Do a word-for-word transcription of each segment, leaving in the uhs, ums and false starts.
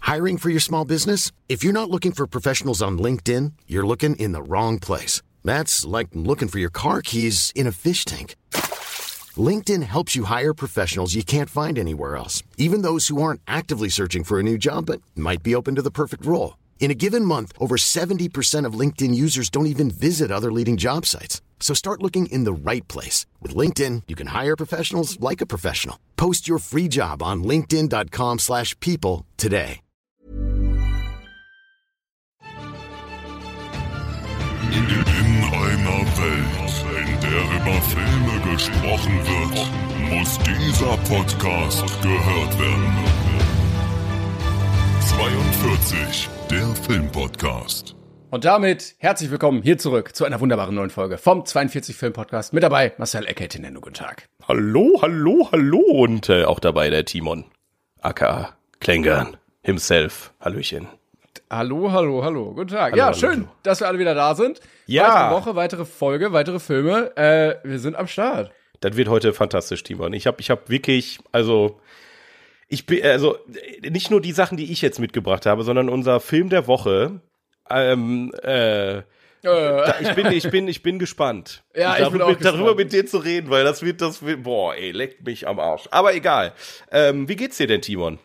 Hiring for your small business? If you're not looking for professionals on LinkedIn, you're looking in the wrong place. That's like looking for your car keys in a fish tank. LinkedIn helps you hire professionals you can't find anywhere else, even those who aren't actively searching for a new job but might be open to the perfect role. In a given month, over seventy percent of LinkedIn users don't even visit other leading job sites. So start looking in the right place. With LinkedIn, you can hire professionals like a professional. Post your free job on linkedin dot com slash people today. In einer Welt, in der über Filme gesprochen wird, muss dieser Podcast gehört werden. zweiundvierzig, der Filmpodcast. Und damit herzlich willkommen hier zurück zu einer wunderbaren neuen Folge vom zweiundvierzig Film Podcast. Mit dabei Marcel Eckert, Nendo, guten Tag. Hallo, hallo, hallo und äh, auch dabei der Timon, aka Klängern himself. Hallöchen. Hallo, hallo, hallo, guten Tag. Hallo, ja, hallo, schön, hallo. dass wir alle wieder da sind. Ja. Weitere Woche, weitere Folge, weitere Filme. Äh, wir sind am Start. Das wird heute fantastisch, Timon. Ich habe ich hab wirklich, also ich bin, also nicht nur die Sachen, die ich jetzt mitgebracht habe, sondern unser Film der Woche. Ähm, äh, Da, ich bin, ich bin, ich bin gespannt. Ja, ich darüber, bin auch mit, darüber gespannt. mit dir zu reden, weil das wird, das wird, boah, ey, leckt mich am Arsch. Aber egal. Ähm, wie geht's dir denn, Timon?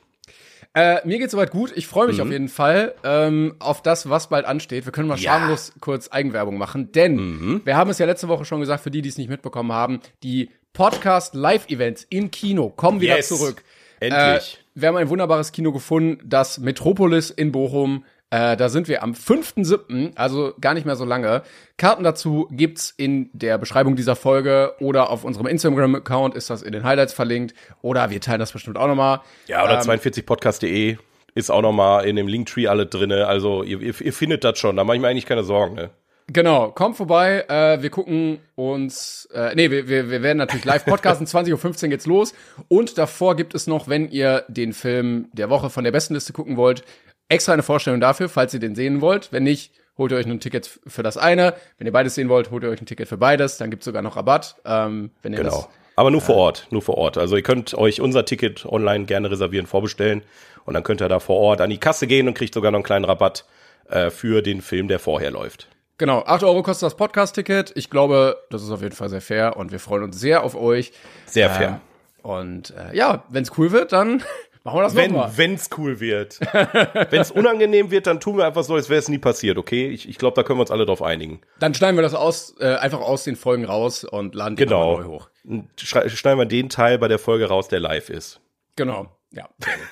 Äh, mir geht's soweit gut. Ich freue mich Mhm. auf jeden Fall ähm, auf das, was bald ansteht. Wir können mal Ja. schamlos kurz Eigenwerbung machen, denn Mhm. wir haben es ja letzte Woche schon gesagt, für die, die es nicht mitbekommen haben, die Podcast-Live-Events im Kino kommen wieder Yes. zurück. Endlich. Äh, wir haben ein wunderbares Kino gefunden, das Metropolis in Bochum. Äh, da sind wir am fünften siebten, also gar nicht mehr so lange. Karten dazu gibt's in der Beschreibung dieser Folge oder auf unserem Instagram-Account ist das in den Highlights verlinkt. Oder wir teilen das bestimmt auch nochmal. Ja, oder ähm, zweiundvierzig podcast punkt de ist auch noch mal in dem Linktree alle drinne. Also ihr, ihr, ihr findet das schon. Da mache ich mir eigentlich keine Sorgen, ne? Genau, kommt vorbei, äh, wir gucken uns, äh, nee, wir, wir, wir werden natürlich live podcasten, zwanzig Uhr fünfzehn geht's los und davor gibt es noch, wenn ihr den Film der Woche von der Bestenliste gucken wollt, extra eine Vorstellung dafür, falls ihr den sehen wollt. Wenn nicht, holt ihr euch ein Ticket für das eine. Wenn ihr beides sehen wollt, holt ihr euch ein Ticket für beides. Dann gibt's sogar noch Rabatt. Ähm, wenn ihr Genau. das, Aber nur vor Ort, nur vor Ort. Also ihr könnt euch unser Ticket online gerne reservieren, vorbestellen und dann könnt ihr da vor Ort an die Kasse gehen und kriegt sogar noch einen kleinen Rabatt äh, für den Film, der vorher läuft. genau, acht Euro kostet das Podcast-Ticket. Ich glaube, das ist auf jeden Fall sehr fair und wir freuen uns sehr auf euch. Sehr fair. Äh, und äh, ja, wenn's cool wird, dann machen wir das Wenn nochmal. wenn's cool wird. Wenn's unangenehm wird, dann tun wir einfach so, als wäre es nie passiert, okay? Ich, ich glaube, da können wir uns alle drauf einigen. Dann schneiden wir das aus, äh, einfach aus den Folgen raus und laden die Genau. nochmal neu hoch. Und schrei- schneiden wir den Teil bei der Folge raus, der live ist. Genau, ja.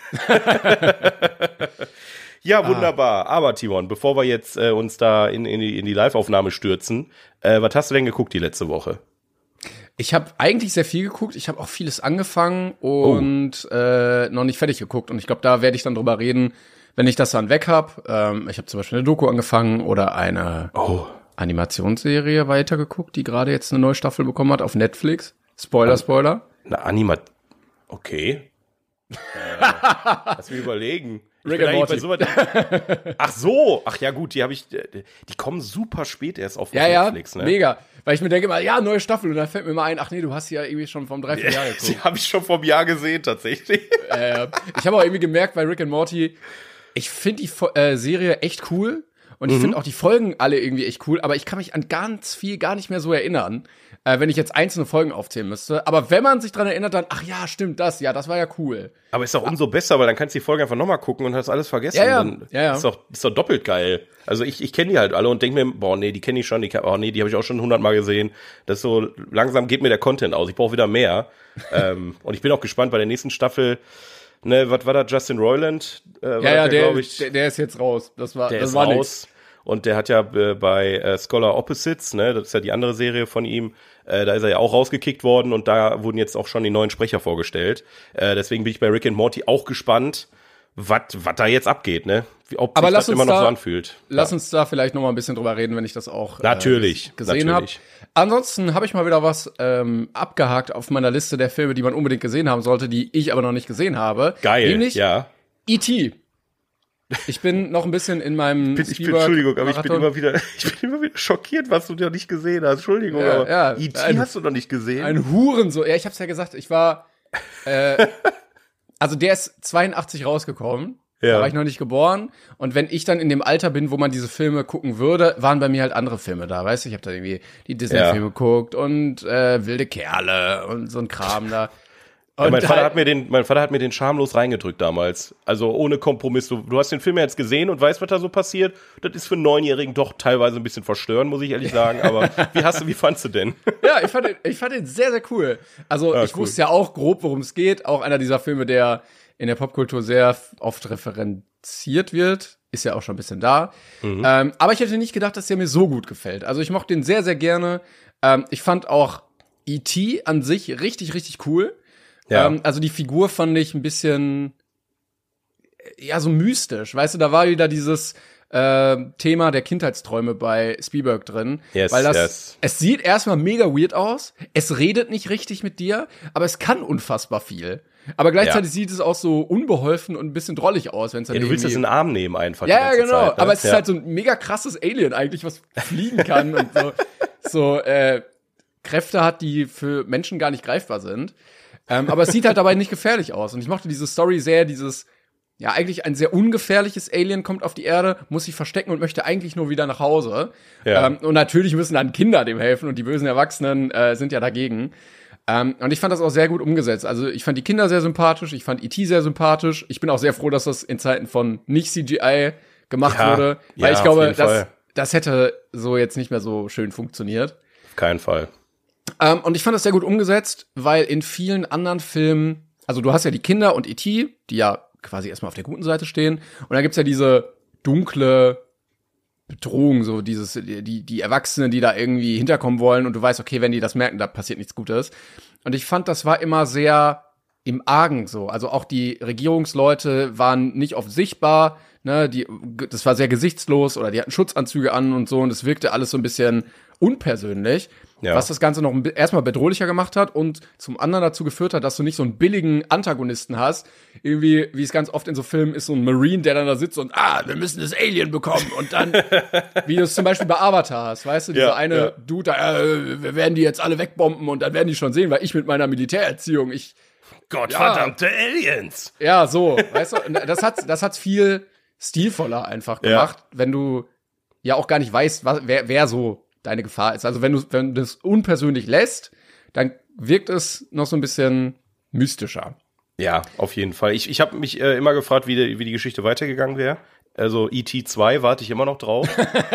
Ja, wunderbar. Aber Timon, bevor wir jetzt äh, uns da in, in die, in die Live-Aufnahme stürzen, äh, was hast du denn geguckt die letzte Woche? Ich habe eigentlich sehr viel geguckt. Ich habe auch vieles angefangen und oh. äh, noch nicht fertig geguckt. Und ich glaube, da werde ich dann drüber reden, wenn ich das dann weg habe. Ähm, ich habe zum Beispiel eine Doku angefangen oder eine Oh. Animationsserie weitergeguckt, die gerade jetzt eine neue Staffel bekommen hat auf Netflix. Spoiler, Spoiler. Eine Anima... Okay. äh, lass mich überlegen. Ich Rick bin and eigentlich Morty. bei sowas- Ach so. Ach ja, gut, die habe ich... Die kommen super spät erst auf Ja, ja, Netflix, ne? mega. Weil ich mir denke immer, ja, neue Staffel. Und dann fällt mir mal ein, ach nee, du hast die ja irgendwie schon vom drei, vier Jahren geguckt. Die habe ich schon vom Jahr gesehen, tatsächlich. äh, ich habe auch irgendwie gemerkt bei Rick and Morty, ich finde die Fo- äh, Serie echt cool und ich Mhm. finde auch die Folgen alle irgendwie echt cool, aber ich kann mich an ganz viel gar nicht mehr so erinnern, äh, wenn ich jetzt einzelne Folgen aufzählen müsste. Aber wenn man sich dran erinnert, dann, ach ja, stimmt, das, ja, das war ja cool. Aber ist doch umso besser, weil dann kannst du die Folge einfach nochmal gucken und hast alles vergessen. Ja, ja. Dann Ja, ja. Ist doch, ist doch doppelt geil. Also ich, ich kenne die halt alle und denke mir, boah, nee, die kenne ich schon, die, kann- oh nee, die habe ich auch schon hundertmal gesehen. Das ist so, langsam geht mir der Content aus. Ich brauche wieder mehr. ähm, und ich bin auch gespannt bei der nächsten Staffel. Ne, was war da? Justin Roiland? Äh, war Ja, ja, das der, glaub ich, der, der ist jetzt raus. Das war, der das ist war raus. nix. Und der hat ja äh, bei äh, Scholar Opposites, ne, das ist ja die andere Serie von ihm, äh, da ist er ja auch rausgekickt worden und da wurden jetzt auch schon die neuen Sprecher vorgestellt. Äh, deswegen bin ich bei Rick and Morty auch gespannt, was da jetzt abgeht, ne? Wie, ob Aber sich lass das uns immer noch da- so anfühlt. Lass ja. uns da vielleicht noch mal ein bisschen drüber reden, wenn ich das auch äh, Natürlich, gesehen habe. natürlich. Ansonsten habe ich mal wieder was ähm, abgehakt auf meiner Liste der Filme, die man unbedingt gesehen haben sollte, die ich aber noch nicht gesehen habe. Geil, Nämlich ja. E T Ich bin noch ein bisschen in meinem Ich bin, ich bin, Spielberg- Entschuldigung, aber ich bin Marathon. immer wieder, ich bin immer wieder schockiert, was du noch nicht gesehen hast. Entschuldigung, Ja, aber ja, E T ein- hast du noch nicht gesehen? Ein Hurensohn. Ja, ich hab's ja gesagt, ich war äh, also der ist zweiundachtzig rausgekommen. Ja. Da war ich noch nicht geboren. Und wenn ich dann in dem Alter bin, wo man diese Filme gucken würde, waren bei mir halt andere Filme da. Weißt du, ich habe da irgendwie die Disney-Filme ja. geguckt und äh, Wilde Kerle und so ein Kram da. Ja, mein Vater hat mir den, mein Vater hat mir den schamlos reingedrückt damals. Also ohne Kompromiss. Du, du hast den Film ja jetzt gesehen und weißt, was da so passiert. Das ist für einen Neunjährigen doch teilweise ein bisschen verstörend, muss ich ehrlich sagen. Aber wie hast du, wie fandst du denn? Ja, ich fand den, ich fand den sehr, sehr cool. Also ja, ich cool. wusste ja auch grob, worum es geht. Auch einer dieser Filme, der in der Popkultur sehr oft referenziert wird. Ist ja auch schon ein bisschen da. Mhm. Ähm, aber ich hätte nicht gedacht, dass der mir so gut gefällt. Also ich mochte den sehr, sehr gerne. Ähm, ich fand auch E T an sich richtig, richtig cool. Ja. Ähm, also die Figur fand ich ein bisschen, ja, so mystisch. Weißt du, da war wieder dieses äh, Thema der Kindheitsträume bei Spielberg drin. Yes, weil das, yes. Es sieht erstmal mega weird aus. Es redet nicht richtig mit dir, aber es kann unfassbar viel. Aber gleichzeitig ja. sieht es auch so unbeholfen und ein bisschen drollig aus, wenn es dann ja, du willst es in den Arm nehmen einfach. Ja, die genau. Zeit, ne? Aber es ja. ist halt so ein mega krasses Alien eigentlich, was fliegen kann und so, so äh, Kräfte hat, die für Menschen gar nicht greifbar sind. Ähm, aber es sieht halt dabei nicht gefährlich aus. Und ich mochte diese Story sehr, dieses, ja, eigentlich ein sehr ungefährliches Alien kommt auf die Erde, muss sich verstecken und möchte eigentlich nur wieder nach Hause. Ja. Ähm, und natürlich müssen dann Kinder dem helfen und die bösen Erwachsenen äh, sind ja dagegen. Ähm, und ich fand das auch sehr gut umgesetzt. Also ich fand die Kinder sehr sympathisch, ich fand E T sehr sympathisch. Ich bin auch sehr froh, dass das in Zeiten von nicht C G I gemacht ja. wurde. Weil ja, ich glaube, das, Fall. das hätte so jetzt nicht mehr so schön funktioniert. Auf keinen Fall. Um, und ich fand das sehr gut umgesetzt, weil in vielen anderen Filmen, also du hast ja die Kinder und E T, die ja quasi erstmal auf der guten Seite stehen, und dann gibt's ja diese dunkle Bedrohung, so dieses, die, die Erwachsenen, die da irgendwie hinterkommen wollen, und du weißt, okay, wenn die das merken, da passiert nichts Gutes. Und ich fand, das war immer sehr im Argen so. Also auch die Regierungsleute waren nicht oft sichtbar, ne, die, das war sehr gesichtslos, oder die hatten Schutzanzüge an und so, und es wirkte alles so ein bisschen unpersönlich. Ja. Was das Ganze noch erstmal bedrohlicher gemacht hat und zum anderen dazu geführt hat, dass du nicht so einen billigen Antagonisten hast. Irgendwie, wie es ganz oft in so Filmen ist, so ein Marine, der dann da sitzt und, ah, wir müssen das Alien bekommen. Und dann, wie du es zum Beispiel bei Avatar hast, weißt du, dieser ja, eine ja. Dude, da, äh, wir werden die jetzt alle wegbomben und dann werden die schon sehen, weil ich mit meiner Militärerziehung, ich... Gottverdamte ja, Aliens! Ja, so, weißt du, das hat's, das hat's viel stilvoller einfach gemacht, ja. wenn du ja auch gar nicht weißt, was, wer, wer so deine Gefahr ist. Also wenn du wenn du das unpersönlich lässt, dann wirkt es noch so ein bisschen mystischer. Ja, auf jeden Fall. Ich, ich habe mich äh, immer gefragt, wie die, wie die Geschichte weitergegangen wäre. Also E T zwei warte ich immer noch drauf.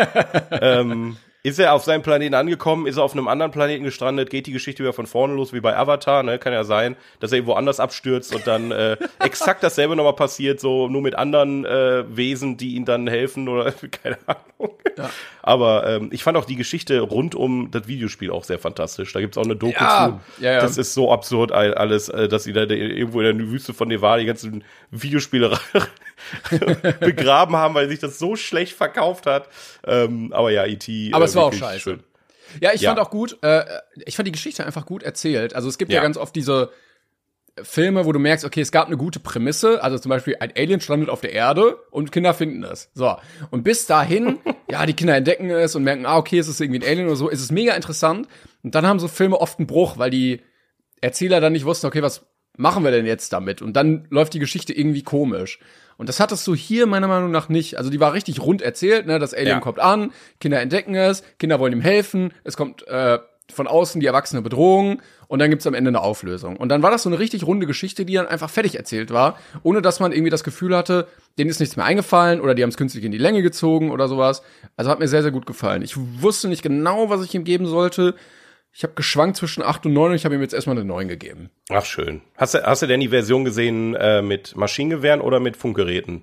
ähm, ist er auf seinem Planeten angekommen, ist er auf einem anderen Planeten gestrandet, geht die Geschichte wieder von vorne los, wie bei Avatar, ne? Kann ja sein, dass er irgendwo anders abstürzt und dann äh, exakt dasselbe nochmal passiert, so nur mit anderen äh, Wesen, die ihm dann helfen oder keine Ahnung. Ja. Aber ähm, ich fand auch die Geschichte rund um das Videospiel auch sehr fantastisch. Da gibt's auch eine Doku ja. zu. Ja, ja. Das ist so absurd alles, dass sie da irgendwo in der Wüste von Nevada die ganzen Videospiele begraben haben, weil sich das so schlecht verkauft hat. Ähm, aber ja, E T Aber es war auch scheiße. Schön. Ja, ich ja. fand auch gut, äh, ich fand die Geschichte einfach gut erzählt. Also es gibt ja, ja ganz oft diese Filme, wo du merkst, okay, es gab eine gute Prämisse, also zum Beispiel ein Alien strandet auf der Erde und Kinder finden es. So. Und bis dahin, ja, die Kinder entdecken es und merken, ah, okay, es ist irgendwie ein Alien oder so, ist es mega interessant. Und dann haben so Filme oft einen Bruch, weil die Erzähler dann nicht wussten, okay, was machen wir denn jetzt damit? Und dann läuft die Geschichte irgendwie komisch. Und das hattest du hier meiner Meinung nach nicht. Also die war richtig rund erzählt, ne? Das Alien ja. kommt an, Kinder entdecken es, Kinder wollen ihm helfen, es kommt äh, von außen die erwachsene Bedrohung und dann gibt's am Ende eine Auflösung. Und dann war das so eine richtig runde Geschichte, die dann einfach fertig erzählt war, ohne dass man irgendwie das Gefühl hatte, denen ist nichts mehr eingefallen oder die haben es künstlich in die Länge gezogen oder sowas. Also hat mir sehr, sehr gut gefallen. Ich wusste nicht genau, was ich ihm geben sollte. Ich habe geschwankt zwischen acht und neun und ich habe ihm jetzt erstmal eine neun gegeben. Ach, schön. Hast du, hast du denn die Version gesehen äh, mit Maschinengewehren oder mit Funkgeräten?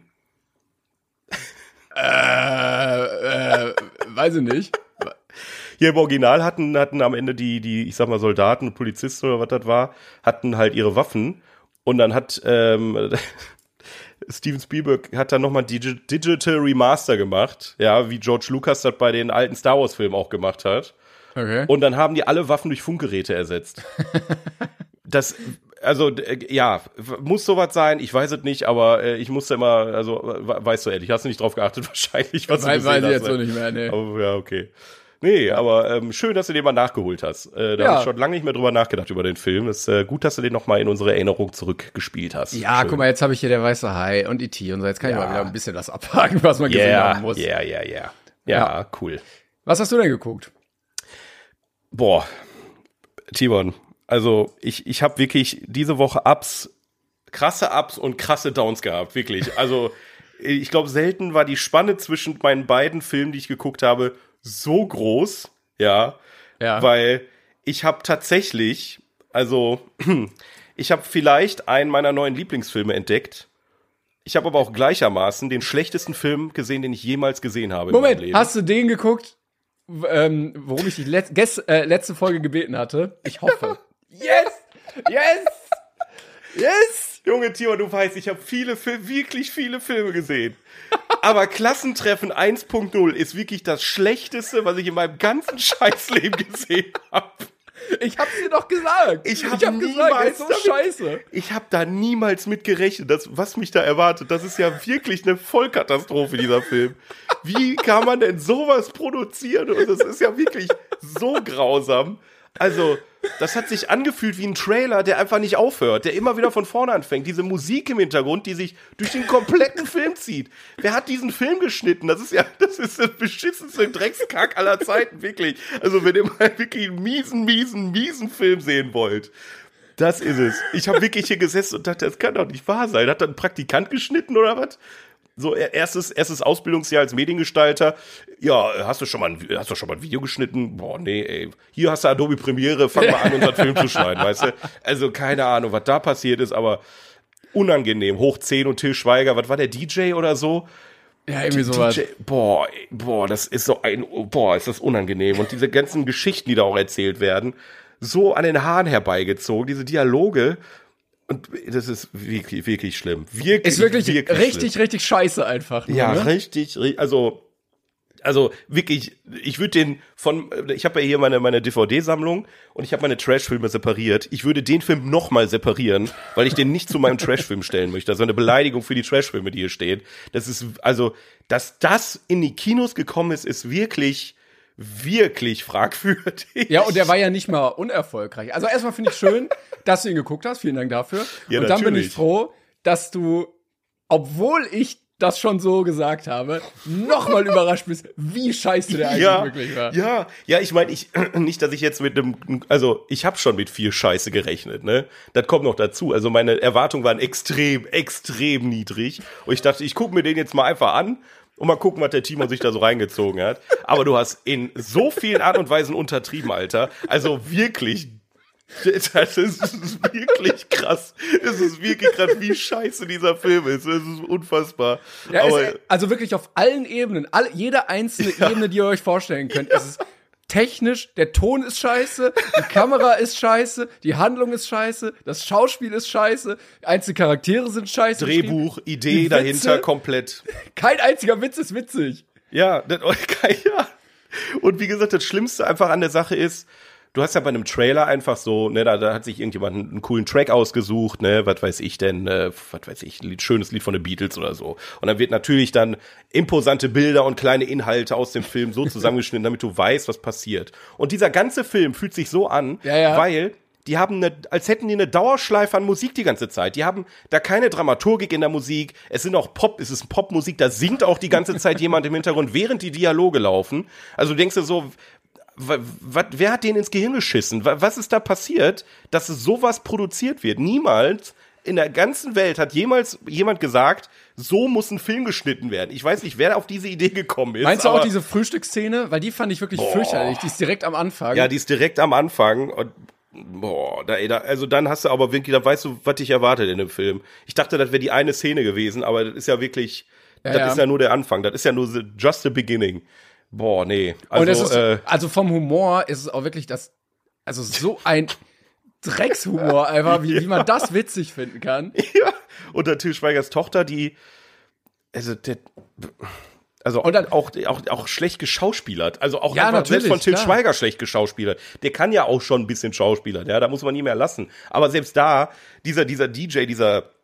äh, äh, weiß ich nicht. Hier im Original hatten, hatten am Ende die, die, ich sag mal, Soldaten, Polizisten oder was das war, hatten halt ihre Waffen und dann hat ähm, Steven Spielberg hat dann nochmal Digi- Digital Remaster gemacht, ja, wie George Lucas das bei den alten Star Wars Filmen auch gemacht hat. Okay. Und dann haben die alle Waffen durch Funkgeräte ersetzt. Das, also, ja, muss sowas sein, ich weiß es nicht, aber äh, ich musste immer, also, weißt du ehrlich, hast du nicht drauf geachtet wahrscheinlich, was Weiß, du gesehen weiß ich hast. jetzt so nicht mehr, nee. Aber ja, okay. Nee, aber ähm, schön, dass du den mal nachgeholt hast. Äh, da Ja. habe ich schon lange nicht mehr drüber nachgedacht über den Film. Es ist äh, gut, dass du den nochmal in unsere Erinnerung zurückgespielt hast. Ja, schön. guck mal, jetzt habe ich hier der weiße Hai und E T und so. Jetzt kann ich Ja. mal wieder ein bisschen das abhaken, was man gesehen Yeah, haben muss. yeah, yeah, yeah. Ja, Ja. cool. Was hast du denn geguckt? Boah, Timon, also ich, ich habe wirklich diese Woche Ups, krasse Ups und krasse Downs gehabt, wirklich. Also ich glaube, selten war die Spanne zwischen meinen beiden Filmen, die ich geguckt habe, so groß, ja, Ja. weil ich habe tatsächlich, also ich habe vielleicht einen meiner neuen Lieblingsfilme entdeckt. Ich habe aber auch gleichermaßen den schlechtesten Film gesehen, den ich jemals gesehen habe in meinem Moment, Leben. hast du den geguckt, w- ähm, worum ich die Let ges äh, letzte Folge gebeten hatte? Ich hoffe. Yes! Yes! Yes! Junge, Timo, du weißt, ich habe viele Filme, wirklich viele Filme gesehen. Aber Klassentreffen eins Punkt null ist wirklich das Schlechteste, was ich in meinem ganzen Scheißleben gesehen habe. Ich hab's dir doch gesagt. Ich hab ich hab gesagt, der ist so damit- scheiße. Ich habe da niemals mit gerechnet, dass, was mich da erwartet. Das ist ja wirklich eine Vollkatastrophe, dieser Film. Wie kann man denn sowas produzieren? Und das ist ja wirklich so grausam. Also, das hat sich angefühlt wie ein Trailer, der einfach nicht aufhört, der immer wieder von vorne anfängt. Diese Musik im Hintergrund, die sich durch den kompletten Film zieht. Wer hat diesen Film geschnitten? Das ist ja, das ist der beschissenste Dreckskack aller Zeiten, wirklich. Also, wenn ihr mal wirklich einen miesen, miesen, miesen Film sehen wollt, das ist es. Ich habe wirklich hier gesessen und dachte, das kann doch nicht wahr sein. Hat da ein Praktikant geschnitten oder was? So, erstes, erstes Ausbildungsjahr als Mediengestalter. Ja, hast du schon mal ein, hast du schon mal ein Video geschnitten? Boah, nee, ey. Hier hast du Adobe Premiere, fang mal an, unseren Film zu schneiden, weißt du? Also, keine Ahnung, was da passiert ist, aber unangenehm. Hoch zehn und Till Schweiger, was war der D J oder so? Ja, irgendwie sowas. D J, boah, ey, boah, das ist so ein, boah, ist das unangenehm. Und diese ganzen Geschichten, die da auch erzählt werden, so an den Haaren herbeigezogen, diese Dialoge. Und das ist wirklich, wirklich schlimm. Wirklich, Ist wirklich, wirklich richtig, schlimm. richtig scheiße einfach. Nur, Ja, ne? richtig, ri- also, also wirklich, ich würde den von, ich habe ja hier meine, meine D V D-Sammlung und ich habe meine Trash-Filme separiert. Ich würde den Film nochmal separieren, weil ich den nicht zu meinem Trash-Film stellen möchte. Also eine Beleidigung für die Trash-Filme, die hier stehen. Das ist, also, dass das in die Kinos gekommen ist, ist wirklich, wirklich fragwürdig. Ja, und der war ja nicht mal unerfolgreich. Also erstmal finde ich schön, dass du ihn geguckt hast. Vielen Dank dafür. Ja, und dann bin natürlich. ich froh, dass du, obwohl ich das schon so gesagt habe, nochmal überrascht bist, wie scheiße der eigentlich ja, wirklich war. Ja, ja, ich meine, ich nicht, dass ich jetzt mit einem, also ich habe schon mit viel Scheiße gerechnet, ne? Das kommt noch dazu. Also meine Erwartungen waren extrem, extrem niedrig. Und ich dachte, ich gucke mir den jetzt mal einfach an und mal gucken, was der Timo sich da so reingezogen hat. Aber du hast in so vielen Art und Weisen untertrieben, Alter. Also wirklich. Das ist wirklich krass. Es ist wirklich krass, wie scheiße dieser Film ist. Es ist unfassbar. Ja, Aber ist, also wirklich auf allen Ebenen, alle, jede einzelne Ebene, die ihr euch vorstellen könnt, ist es technisch, der Ton ist scheiße, die Kamera ist scheiße, die Handlung ist scheiße, das Schauspiel ist scheiße, einzelne Charaktere sind scheiße. Drehbuch, geschrieben. Idee Die Witze, dahinter komplett. Kein einziger Witz ist witzig. Ja, das, ja. Und wie gesagt, das Schlimmste einfach an der Sache ist, du hast ja bei einem Trailer einfach so, ne, da, da hat sich irgendjemand einen, einen coolen Track ausgesucht, ne, was weiß ich denn, äh, was weiß ich, ein Lied, schönes Lied von den Beatles oder so. Und dann wird natürlich dann imposante Bilder und kleine Inhalte aus dem Film so zusammengeschnitten, damit du weißt, was passiert. Und dieser ganze Film fühlt sich so an, Ja, ja. weil die haben eine, als hätten die eine Dauerschleife an Musik die ganze Zeit. Die haben da keine Dramaturgik in der Musik. Es sind auch Pop, es ist Popmusik, da singt auch die ganze Zeit jemand im Hintergrund, während die Dialoge laufen. Also du denkst dir so, w- w- wer hat denen ins Gehirn geschissen? W- Was ist da passiert, dass sowas produziert wird? Niemals in der ganzen Welt hat jemals jemand gesagt, so muss ein Film geschnitten werden. Ich weiß nicht, wer auf diese Idee gekommen ist. Meinst du aber, auch diese Frühstücksszene? Weil die fand ich wirklich fürchterlich. Die ist direkt am Anfang. Ja, die ist direkt am Anfang und boah, da, da, also dann hast du aber wirklich, da weißt du, was dich erwartet in dem Film. Ich dachte, das wäre die eine Szene gewesen, aber das ist ja wirklich, Ja, das ja. ist ja nur der Anfang, das ist ja nur the, just the beginning. Boah, nee. Also, Und es ist, äh, also vom Humor ist es auch wirklich das, also so ein Dreckshumor einfach, wie, wie man das witzig finden kann. ja. Und der Til Schweigers Tochter, die, also der, also Und dann- auch, auch, auch schlecht geschauspielert. Also auch Ja, einfach natürlich, selbst von Til klar. Schweiger schlecht geschauspielert. Der kann ja auch schon ein bisschen schauspielern, ja, da muss man nie mehr lassen. Aber selbst da, dieser, dieser D J, dieser,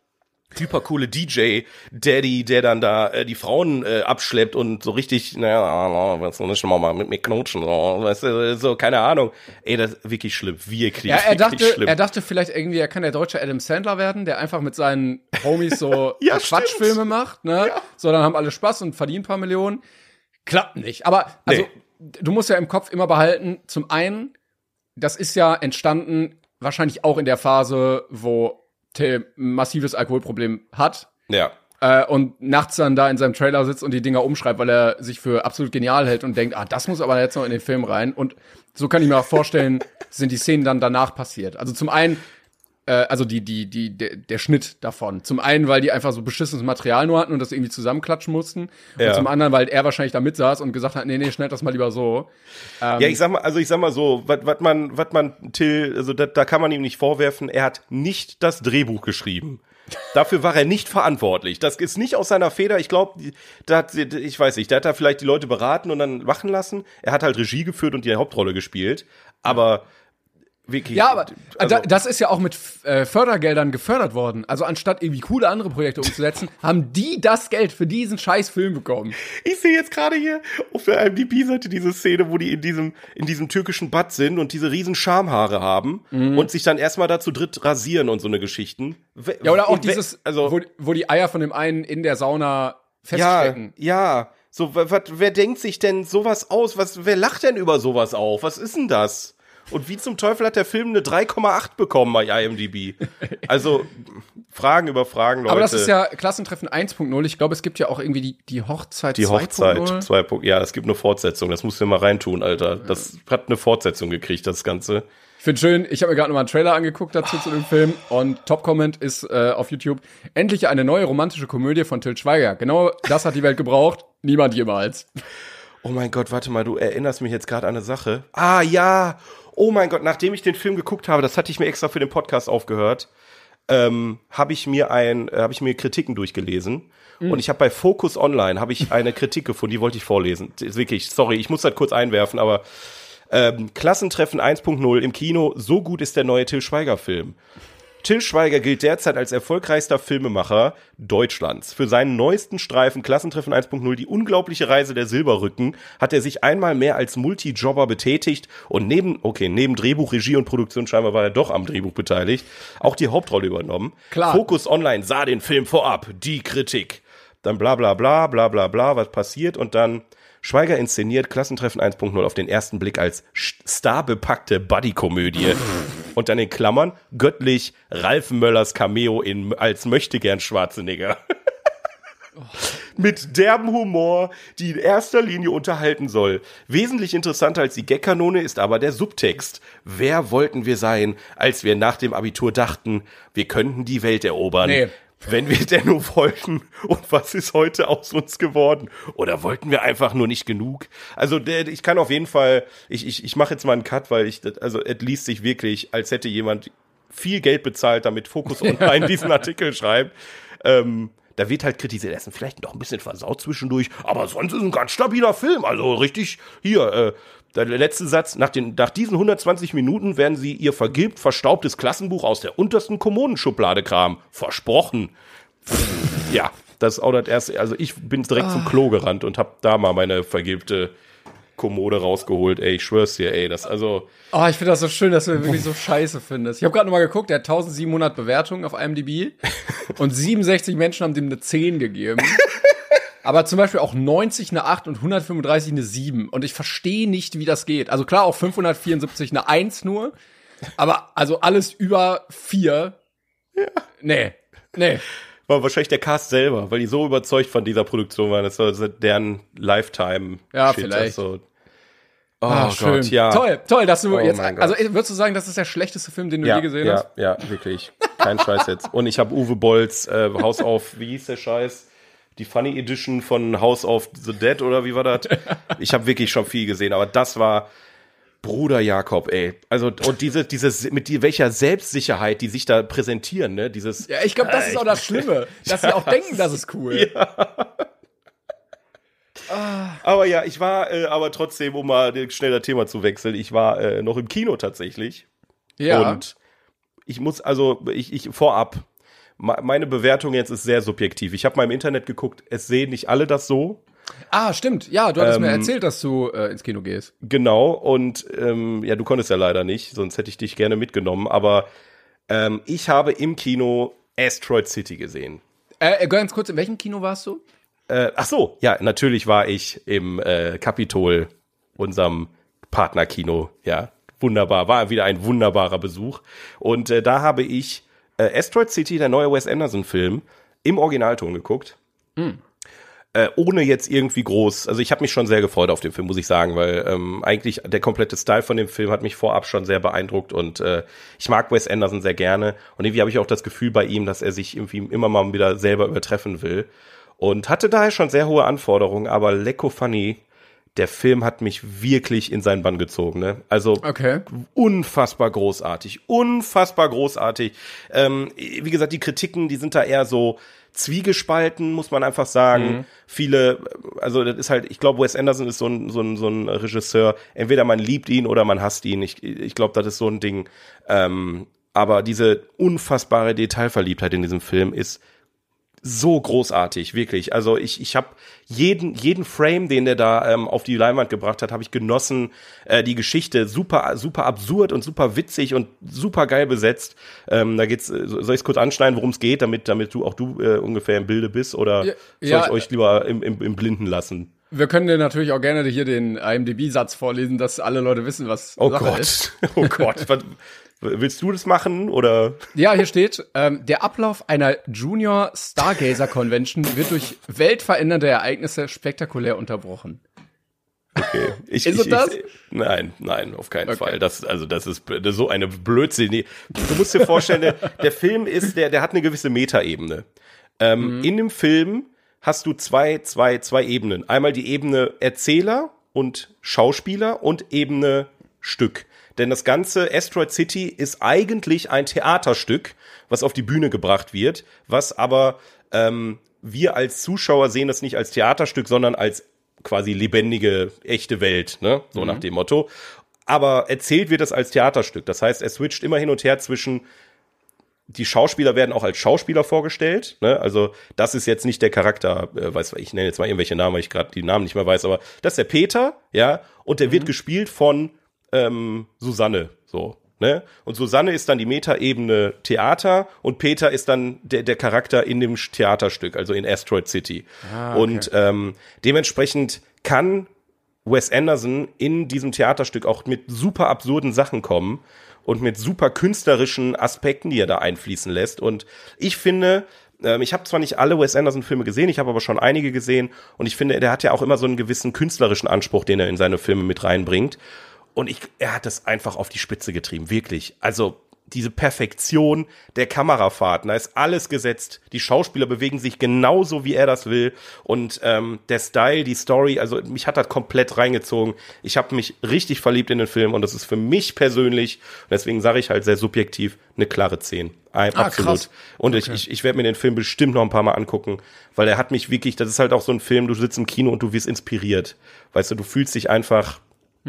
hypercoole D J-Daddy, der dann da äh, die Frauen äh, abschleppt und so richtig, naja, willst du nicht mal mit mir knutschen, so, weißt du, so, keine Ahnung. Ey, das ist wirklich schlimm, wirklich, ja, er wirklich dachte, schlimm. Er dachte vielleicht irgendwie, er kann der deutsche Adam Sandler werden, der einfach mit seinen Homies so ja, Quatschfilme macht, ne? Ja. So, dann haben alle Spaß und verdienen ein paar Millionen. Klappt nicht. Aber, also, nee. Du musst ja im Kopf immer behalten, zum einen, das ist ja entstanden, wahrscheinlich auch in der Phase, wo Till ein massives Alkoholproblem hat. Ja. Äh, und nachts dann da in seinem Trailer sitzt und die Dinger umschreibt, weil er sich für absolut genial hält und denkt, ah, das muss aber jetzt noch in den Film rein. Und so kann ich mir auch vorstellen, sind die Szenen dann danach passiert. Also zum einen, äh, also die, die, die, der, der Schnitt davon. Zum einen, weil die einfach so beschissenes Material nur hatten und das irgendwie zusammenklatschen mussten. Ja. Und zum anderen, weil er wahrscheinlich da mitsaß und gesagt hat, nee, nee, schneid das mal lieber so. Ähm, ja, ich sag mal, also ich sag mal so, was man, was man Till, also da, da kann man ihm nicht vorwerfen, er hat nicht das Drehbuch geschrieben. Dafür war er nicht verantwortlich. Das ist nicht aus seiner Feder. Ich glaube, da hat, ich weiß nicht, der hat da vielleicht die Leute beraten und dann machen lassen. Er hat halt Regie geführt und die Hauptrolle gespielt. Aber wirklich. Ja, aber also, da, das ist ja auch mit äh, Fördergeldern gefördert worden. Also anstatt irgendwie coole andere Projekte umzusetzen, haben die das Geld für diesen scheiß Film bekommen. Ich sehe jetzt gerade hier auf der I M D B-Seite diese Szene, wo die in diesem in diesem türkischen Bad sind und diese riesen Schamhaare haben mhm. und sich dann erstmal da zu dritt rasieren und so eine Geschichten. Ja, oder auch dieses, also, wo, wo die Eier von dem einen in der Sauna feststecken. Ja, ja. So, wat, wer denkt sich denn sowas aus? Was, wer lacht denn über sowas auf? Was ist denn das? Und wie zum Teufel hat der Film eine drei Komma acht bekommen bei I M D B? Also, Fragen über Fragen, Leute. Aber das ist ja Klassentreffen eins Punkt null. Ich glaube, es gibt ja auch irgendwie die, die Hochzeit die zwei Punkt null. Die Hochzeit zwei Punkt null. Ja, es gibt eine Fortsetzung. Das musst du mal reintun, Alter. Das hat eine Fortsetzung gekriegt, das Ganze. Ich finde schön, ich habe mir gerade noch mal einen Trailer angeguckt dazu zu dem Film und Top-Comment ist äh, auf YouTube, endlich eine neue romantische Komödie von Til Schweiger. Genau das hat die Welt gebraucht. Niemand jemals. Oh mein Gott, warte mal, du erinnerst mich jetzt gerade an eine Sache. Ah, ja. Oh mein Gott, nachdem ich den Film geguckt habe, das hatte ich mir extra für den Podcast aufgehört, ähm, habe ich mir ein, äh, habe ich mir Kritiken durchgelesen mhm. und ich habe bei Focus Online habe ich eine Kritik gefunden, die wollte ich vorlesen. Das ist wirklich, sorry, ich muss das kurz einwerfen, aber ähm, Klassentreffen eins Punkt null im Kino, so gut ist der neue Til Schweiger Film. Til Schweiger gilt derzeit als erfolgreichster Filmemacher Deutschlands. Für seinen neuesten Streifen Klassentreffen eins Punkt null, die unglaubliche Reise der Silberrücken, hat er sich einmal mehr als Multijobber betätigt und neben, okay, neben Drehbuch, Regie und Produktion scheinbar war er doch am Drehbuch beteiligt, auch die Hauptrolle übernommen. Klar. Focus Online sah den Film vorab, die Kritik. Dann bla bla bla, bla bla bla, was passiert und dann Schweiger inszeniert Klassentreffen eins Punkt null auf den ersten Blick als starbepackte Buddy-Komödie. Und dann in Klammern göttlich Ralf Möllers Cameo in, als Möchtegern Schwarzenegger. Mit derben Humor, die in erster Linie unterhalten soll. Wesentlich interessanter als die Gag-Kanone ist aber der Subtext. Wer wollten wir sein, als wir nach dem Abitur dachten, wir könnten die Welt erobern? Nee. Wenn wir denn nur wollten, und was ist heute aus uns geworden? Oder wollten wir einfach nur nicht genug? Also der, ich kann auf jeden Fall, ich, ich, ich mache jetzt mal einen Cut, weil ich, also es liest sich wirklich, als hätte jemand viel Geld bezahlt, damit Focus Online diesen Artikel schreibt. Ähm, da wird halt kritisiert, er ist vielleicht noch ein bisschen versaut zwischendurch, aber sonst ist ein ganz stabiler Film, also richtig, hier, äh, der letzte Satz, nach, den, nach diesen hundertzwanzig Minuten werden sie ihr vergilbt verstaubtes Klassenbuch aus der untersten Kommodenschublade kramen. Versprochen. Ja, das ist auch das erste, also ich bin direkt ah. zum Klo gerannt und hab da mal meine vergilbte Kommode rausgeholt, ey, ich schwör's dir, ey, das also... Oh, ich finde das so schön, dass du wirklich so scheiße findest. Ich habe gerade noch mal geguckt, der hat eintausendsiebenhundert Bewertungen auf I M D B und siebenundsechzig Menschen haben dem eine zehn gegeben. Aber zum Beispiel auch neunzig eine acht und hundertfünfunddreißig eine sieben. Und ich verstehe nicht, wie das geht. Also klar, auch fünfhundertvierundsiebzig eine eins nur. Aber also alles über vier. Ja. Nee, nee. War wahrscheinlich der Cast selber, weil die so überzeugt von dieser Produktion waren. Das war deren Lifetime. Ja, Shit, vielleicht. Also. Oh ah, schön. Gott, ja. Toll, toll, dass du oh jetzt, also würdest du sagen, das ist der schlechteste Film, den du ja, je gesehen ja, hast? Ja, ja, wirklich. Kein Scheiß jetzt. Und ich habe Uwe Bolls äh, Haus auf, wie hieß der Scheiß? Die Funny Edition von House of the Dead oder wie war das? Ich habe wirklich schon viel gesehen, aber das war Bruder Jakob, ey. Also und diese diese mit die, welcher Selbstsicherheit die sich da präsentieren, ne? Dieses Ja, ich glaube, das ist auch das Schlimme, dass sie auch denken, das ist cool. Ja. Ah. Aber ja, ich war äh, aber trotzdem, um mal schnell das Thema zu wechseln, ich war äh, noch im Kino tatsächlich. Ja. Und ich muss also ich ich vorab meine Bewertung jetzt ist sehr subjektiv. Ich habe mal im Internet geguckt, es sehen nicht alle das so. Ah, stimmt. Ja, du hattest Ähm, mir erzählt, dass du äh, ins Kino gehst. Genau, und ähm, ja, du konntest ja leider nicht, sonst hätte ich dich gerne mitgenommen. Aber ähm, ich habe im Kino Asteroid City gesehen. Äh, ganz kurz, in welchem Kino warst du? Äh, ach so, ja, natürlich war ich im äh, Capitol, unserem Partnerkino. Ja, wunderbar, war wieder ein wunderbarer Besuch. Und äh, da habe ich äh, Asteroid City, der neue Wes Anderson-Film, im Originalton geguckt. Mm. Äh, ohne jetzt irgendwie groß, also ich habe mich schon sehr gefreut auf den Film, muss ich sagen, weil ähm, eigentlich der komplette Style von dem Film hat mich vorab schon sehr beeindruckt und äh, ich mag Wes Anderson sehr gerne und irgendwie habe ich auch das Gefühl bei ihm, dass er sich irgendwie immer mal wieder selber übertreffen will und hatte daher schon sehr hohe Anforderungen, aber lecko funny, der Film hat mich wirklich in seinen Bann gezogen, ne? Also Okay. unfassbar großartig, unfassbar großartig. Ähm, wie gesagt, die Kritiken, die sind da eher so zwiegespalten, muss man einfach sagen. Mhm. Viele, also das ist halt, ich glaube, Wes Anderson ist so ein, so ein, so ein Regisseur, entweder man liebt ihn oder man hasst ihn. Ich, ich glaube, das ist so ein Ding. Ähm, aber diese unfassbare Detailverliebtheit in diesem Film ist so großartig, wirklich. Also ich ich habe jeden jeden Frame, den der da ähm, auf die Leinwand gebracht hat, habe ich genossen. Äh, die Geschichte super super absurd und super witzig und super geil besetzt. Ähm, da geht's. Soll ich es kurz anschneiden, worum es geht, damit damit du auch du äh, ungefähr im Bilde bist, oder Ja, soll ja, ich euch lieber im, im, im Blinden lassen? Wir können dir natürlich auch gerne hier den I M D B-Satz vorlesen, dass alle Leute wissen, was Oh Sache Gott, ist. oh Gott. Was, willst du das machen oder? Ja, hier steht, ähm, der Ablauf einer Junior Stargazer Convention wird durch weltverändernde Ereignisse spektakulär unterbrochen. Okay. Ich, Ist ich, es das? Ich, nein, nein, auf keinen Okay. Fall. Das, also das ist das ist so eine Blödsinn. Du musst dir vorstellen, der, der Film ist, der, der hat eine gewisse Metaebene. Ähm, Mhm. In dem Film hast du zwei, zwei, zwei Ebenen. Einmal die Ebene Erzähler und Schauspieler und Ebene Stück. Denn das ganze Asteroid City ist eigentlich ein Theaterstück, was auf die Bühne gebracht wird, was aber ähm, wir als Zuschauer sehen das nicht als Theaterstück, sondern als quasi lebendige, echte Welt, ne? So nach dem Motto. Aber erzählt wird das als Theaterstück. Das heißt, er switcht immer hin und her zwischen, die Schauspieler werden auch als Schauspieler vorgestellt, ne? Also das ist jetzt nicht der Charakter, äh, weiß ich nenne jetzt mal irgendwelche Namen, weil ich gerade die Namen nicht mehr weiß, aber das ist der Peter, ja, und der mhm. wird gespielt von ähm, Susanne, so, ne? Und Susanne ist dann die Metaebene Theater und Peter ist dann der der Charakter in dem Theaterstück, also in Asteroid City. Ah, okay. Und ähm, dementsprechend kann Wes Anderson in diesem Theaterstück auch mit super absurden Sachen kommen und mit super künstlerischen Aspekten, die er da einfließen lässt. Und ich finde, ähm, ich habe zwar nicht alle Wes Anderson-Filme gesehen, ich habe aber schon einige gesehen. Und ich finde, der hat ja auch immer so einen gewissen künstlerischen Anspruch, den er in seine Filme mit reinbringt. Und ich, er hat das einfach auf die Spitze getrieben, wirklich. Also diese Perfektion der Kamerafahrten, da ist alles gesetzt. Die Schauspieler bewegen sich genauso, wie er das will. Und ähm, der Style, die Story, also mich hat das komplett reingezogen. Ich habe mich richtig verliebt in den Film und das ist für mich persönlich, und deswegen sage ich halt sehr subjektiv, eine klare zehn. Ein, Ah, absolut. krass. Und Okay. ich, ich, ich werde mir den Film bestimmt noch ein paar Mal angucken, weil er hat mich wirklich, das ist halt auch so ein Film, du sitzt im Kino und du wirst inspiriert. Weißt du, du fühlst dich einfach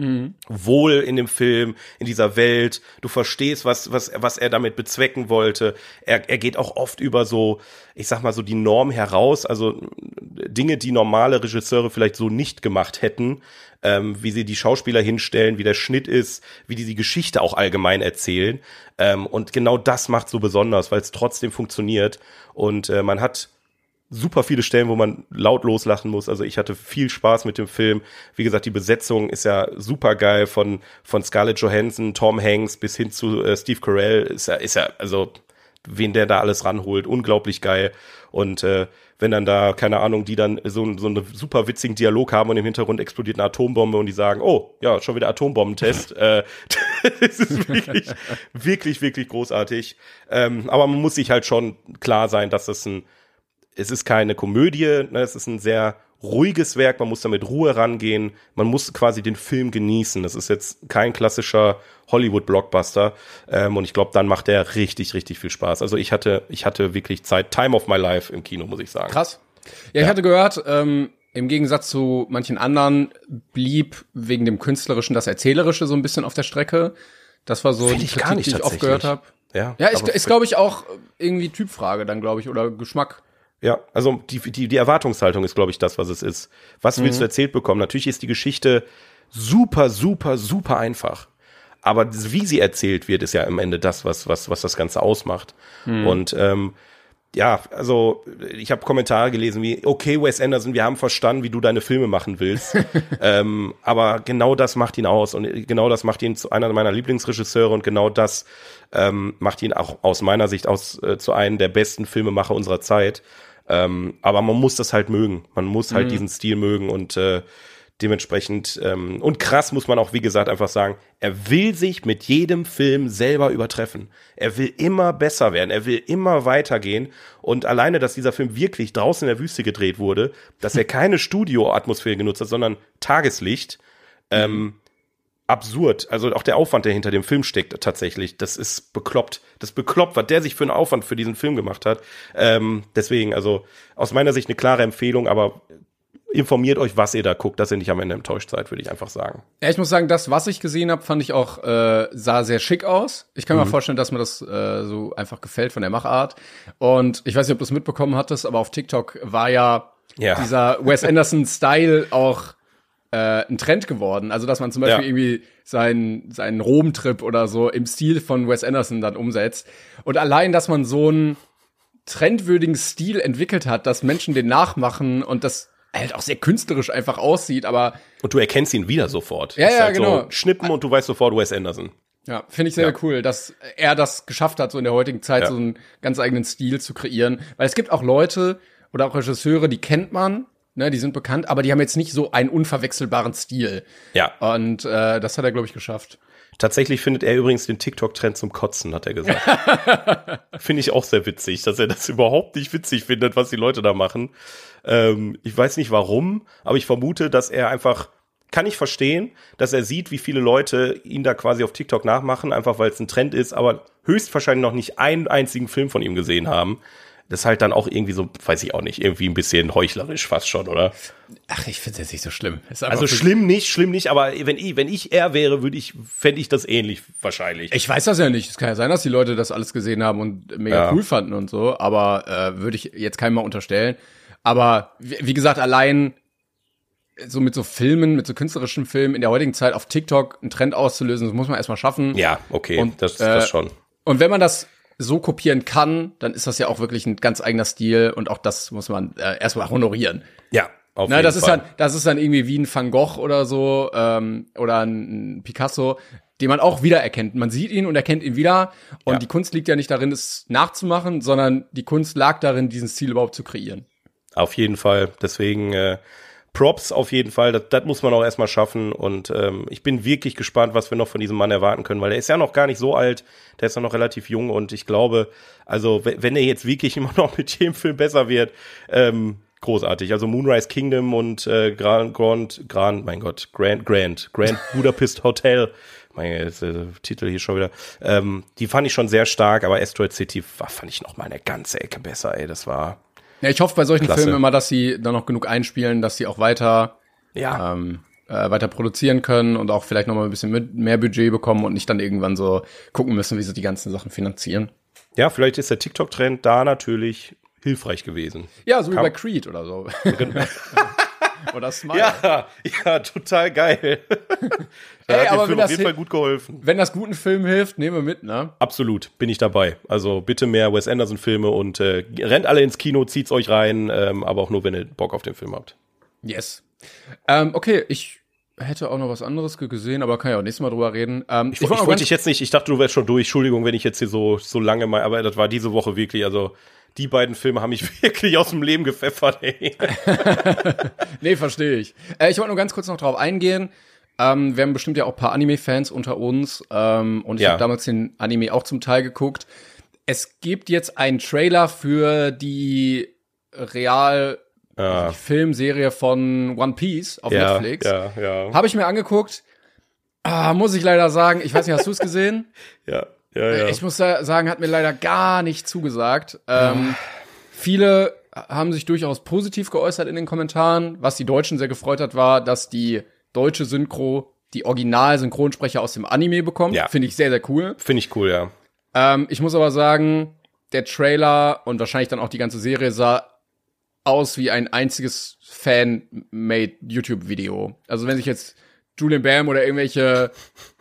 wohl in dem Film, in dieser Welt. Du verstehst, was was was er damit bezwecken wollte. Er er geht auch oft über so, ich sag mal so die Norm heraus, also Dinge, die normale Regisseure vielleicht so nicht gemacht hätten, ähm, wie sie die Schauspieler hinstellen, wie der Schnitt ist, wie die die Geschichte auch allgemein erzählen. Ähm, und genau das macht so besonders, weil es trotzdem funktioniert und äh, man hat super viele Stellen, wo man laut loslachen muss. Also ich hatte viel Spaß mit dem Film. Wie gesagt, die Besetzung ist ja super geil, von von Scarlett Johansson, Tom Hanks bis hin zu äh, Steve Carell. Ist ja, ist ja, also wen der da alles ranholt, unglaublich geil. Und äh, wenn dann da, keine Ahnung, die dann so, so einen super witzigen Dialog haben und im Hintergrund explodiert eine Atombombe und die sagen, oh, ja, schon wieder Atombombentest. äh, das ist wirklich, wirklich, wirklich großartig. Ähm, aber man muss sich halt schon klar sein, dass das ein Es ist keine Komödie, ne, es ist ein sehr ruhiges Werk, man muss da mit Ruhe rangehen, man muss quasi den Film genießen. Das ist jetzt kein klassischer Hollywood-Blockbuster ähm, und ich glaube, dann macht der richtig, richtig viel Spaß. Also ich hatte, ich hatte wirklich Zeit, Time of my life im Kino, muss ich sagen. Krass. Ja, ich hatte gehört, ähm, im Gegensatz zu manchen anderen blieb wegen dem Künstlerischen das Erzählerische so ein bisschen auf der Strecke. Das war so Finde die ich Kritik, gar nicht die ich oft tatsächlich. gehört habe. Ja, Ja, ist, ist glaube ich, auch irgendwie Typfrage dann, glaube ich, oder Geschmack. Ja, also die, die, die Erwartungshaltung ist, glaube ich, das, was es ist. Was willst mhm. du erzählt bekommen? Natürlich ist die Geschichte super, super, super einfach. Aber wie sie erzählt wird, ist ja am Ende das, was, was, was das Ganze ausmacht. Mhm. Und ähm, ja, also ich habe Kommentare gelesen wie, okay, Wes Anderson, wir haben verstanden, wie du deine Filme machen willst. ähm, aber genau das macht ihn aus und genau das macht ihn zu einer meiner Lieblingsregisseure und genau das ähm, macht ihn auch aus meiner Sicht aus äh, zu einem der besten Filmemacher unserer Zeit. Ähm, aber man muss das halt mögen. Man muss halt mhm. diesen Stil mögen und äh, dementsprechend, ähm, und krass muss man auch, wie gesagt, einfach sagen, er will sich mit jedem Film selber übertreffen. Er will immer besser werden, er will immer weitergehen. Und alleine, dass dieser Film wirklich draußen in der Wüste gedreht wurde, dass er keine Studioatmosphäre genutzt hat, sondern Tageslicht, ähm, absurd. Also auch der Aufwand, der hinter dem Film steckt, tatsächlich, das ist bekloppt. Das ist bekloppt, was der sich für einen Aufwand für diesen Film gemacht hat. Ähm, deswegen, also aus meiner Sicht eine klare Empfehlung, aber informiert euch, was ihr da guckt, dass ihr nicht am Ende enttäuscht seid, würde ich einfach sagen. Ja, ich muss sagen, das, was ich gesehen habe, fand ich auch, äh, sah sehr schick aus. Ich kann mir mhm. vorstellen, dass mir das äh, so einfach gefällt von der Machart. Und ich weiß nicht, ob du es mitbekommen hattest, aber auf TikTok war ja, ja. dieser Wes Anderson-Style auch äh, ein Trend geworden. Also, dass man zum Beispiel ja. irgendwie seinen, seinen Rom-Trip oder so im Stil von Wes Anderson dann umsetzt. Und allein, dass man so einen trendwürdigen Stil entwickelt hat, dass Menschen den nachmachen und das halt auch sehr künstlerisch einfach aussieht, aber und du erkennst ihn wieder sofort. Ja, ist ja, halt genau. So Schnippen und du weißt sofort Wes Anderson. Ja, finde ich sehr, ja. sehr cool, dass er das geschafft hat, so in der heutigen Zeit ja. so einen ganz eigenen Stil zu kreieren. Weil es gibt auch Leute oder auch Regisseure, die kennt man, ne, die sind bekannt, aber die haben jetzt nicht so einen unverwechselbaren Stil. Ja. Und äh, das hat er, glaube ich, geschafft. Tatsächlich findet er übrigens den TikTok-Trend zum Kotzen, hat er gesagt. Finde ich auch sehr witzig, dass er das überhaupt nicht witzig findet, was die Leute da machen. Ähm, ich weiß nicht warum, aber ich vermute, dass er einfach, kann ich verstehen, dass er sieht, wie viele Leute ihn da quasi auf TikTok nachmachen, einfach weil es ein Trend ist, aber höchstwahrscheinlich noch nicht einen einzigen Film von ihm gesehen haben. Das ist halt dann auch irgendwie so, weiß ich auch nicht, irgendwie ein bisschen heuchlerisch fast schon, oder? Ach, ich finde es jetzt nicht so schlimm. Also schlimm nicht, schlimm nicht, aber wenn ich, wenn ich er wäre, würde ich, fände ich das ähnlich wahrscheinlich. Ich weiß das ja nicht. Es kann ja sein, dass die Leute das alles gesehen haben und mega ja. cool fanden und so, aber äh, würde ich jetzt keinem mal unterstellen. Aber wie, wie gesagt, allein so mit so Filmen, mit so künstlerischen Filmen in der heutigen Zeit auf TikTok einen Trend auszulösen, das muss man erstmal schaffen. Ja, okay, und, das, äh, das schon. Und wenn man das so kopieren kann, dann ist das ja auch wirklich ein ganz eigener Stil und auch das muss man äh, erstmal honorieren. Ja, auf Na, jeden das Fall. Ist dann, das ist dann irgendwie wie ein Van Gogh oder so ähm, oder ein Picasso, den man auch wiedererkennt. Man sieht ihn und erkennt ihn wieder und ja. die Kunst liegt ja nicht darin, es nachzumachen, sondern die Kunst lag darin, diesen Stil überhaupt zu kreieren. Auf jeden Fall, deswegen äh, Props auf jeden Fall, das, das muss man auch erstmal schaffen und ähm, ich bin wirklich gespannt, was wir noch von diesem Mann erwarten können, weil der ist ja noch gar nicht so alt, der ist ja noch relativ jung und ich glaube, also wenn, wenn er jetzt wirklich immer noch mit jedem Film besser wird, ähm, großartig. Also Moonrise Kingdom und äh, Grand, Grand, Grand, mein Gott, Grand, Grand, Grand Budapest Hotel, mein äh, Titel hier schon wieder, ähm, die fand ich schon sehr stark, aber Asteroid City war, fand ich noch mal eine ganze Ecke besser, ey, das war Ja, ich hoffe bei solchen Klasse. Filmen immer, dass sie dann noch genug einspielen, dass sie auch weiter ja. ähm, äh, weiter produzieren können und auch vielleicht noch mal ein bisschen mit, mehr Budget bekommen und nicht dann irgendwann so gucken müssen, wie sie die ganzen Sachen finanzieren. Ja, vielleicht ist der TikTok-Trend da natürlich hilfreich gewesen. Ja, so wie Kam- bei Creed oder so. Oder Smile. Ja, ja, total geil. Da Ey, hat aber dem Film wenn auf jeden das Fall gut geholfen. Wenn das guten Film hilft, nehmen wir mit, ne? Absolut, bin ich dabei. Also bitte mehr Wes Anderson-Filme und äh, rennt alle ins Kino, zieht's euch rein, ähm, aber auch nur, wenn ihr Bock auf den Film habt. Yes. Ähm, okay, ich hätte auch noch was anderes gesehen, aber kann ja auch nächstes Mal drüber reden. Ähm, Ich, ich, ich wollte dich jetzt nicht, ich dachte, du wärst schon durch. Entschuldigung, wenn ich jetzt hier so so lange mal, aber das war diese Woche wirklich, also die beiden Filme haben mich wirklich aus dem Leben gepfeffert, ey. Nee, verstehe ich. Äh, ich wollte nur ganz kurz noch drauf eingehen. Ähm, wir haben bestimmt ja auch ein paar Anime-Fans unter uns. Ähm, und ich Ja. habe damals den Anime auch zum Teil geguckt. Es gibt jetzt einen Trailer für die Real Ah. die Filmserie von One Piece auf Ja, Netflix. ja, ja. Habe ich mir angeguckt. Ah, muss ich leider sagen, ich weiß nicht, hast du es gesehen? Ja, ja, ja. Ich muss da sagen, hat mir leider gar nicht zugesagt. Ähm, viele haben sich durchaus positiv geäußert in den Kommentaren. Was die Deutschen sehr gefreut hat, war, dass die deutsche Synchro die Original-Synchronsprecher aus dem Anime bekommt. Ja. Finde ich sehr, sehr cool. Finde ich cool, ja. Ähm, ich muss aber sagen, der Trailer und wahrscheinlich dann auch die ganze Serie sah aus wie ein einziges Fan-made YouTube-Video. Also wenn sich jetzt Julian Bam oder irgendwelche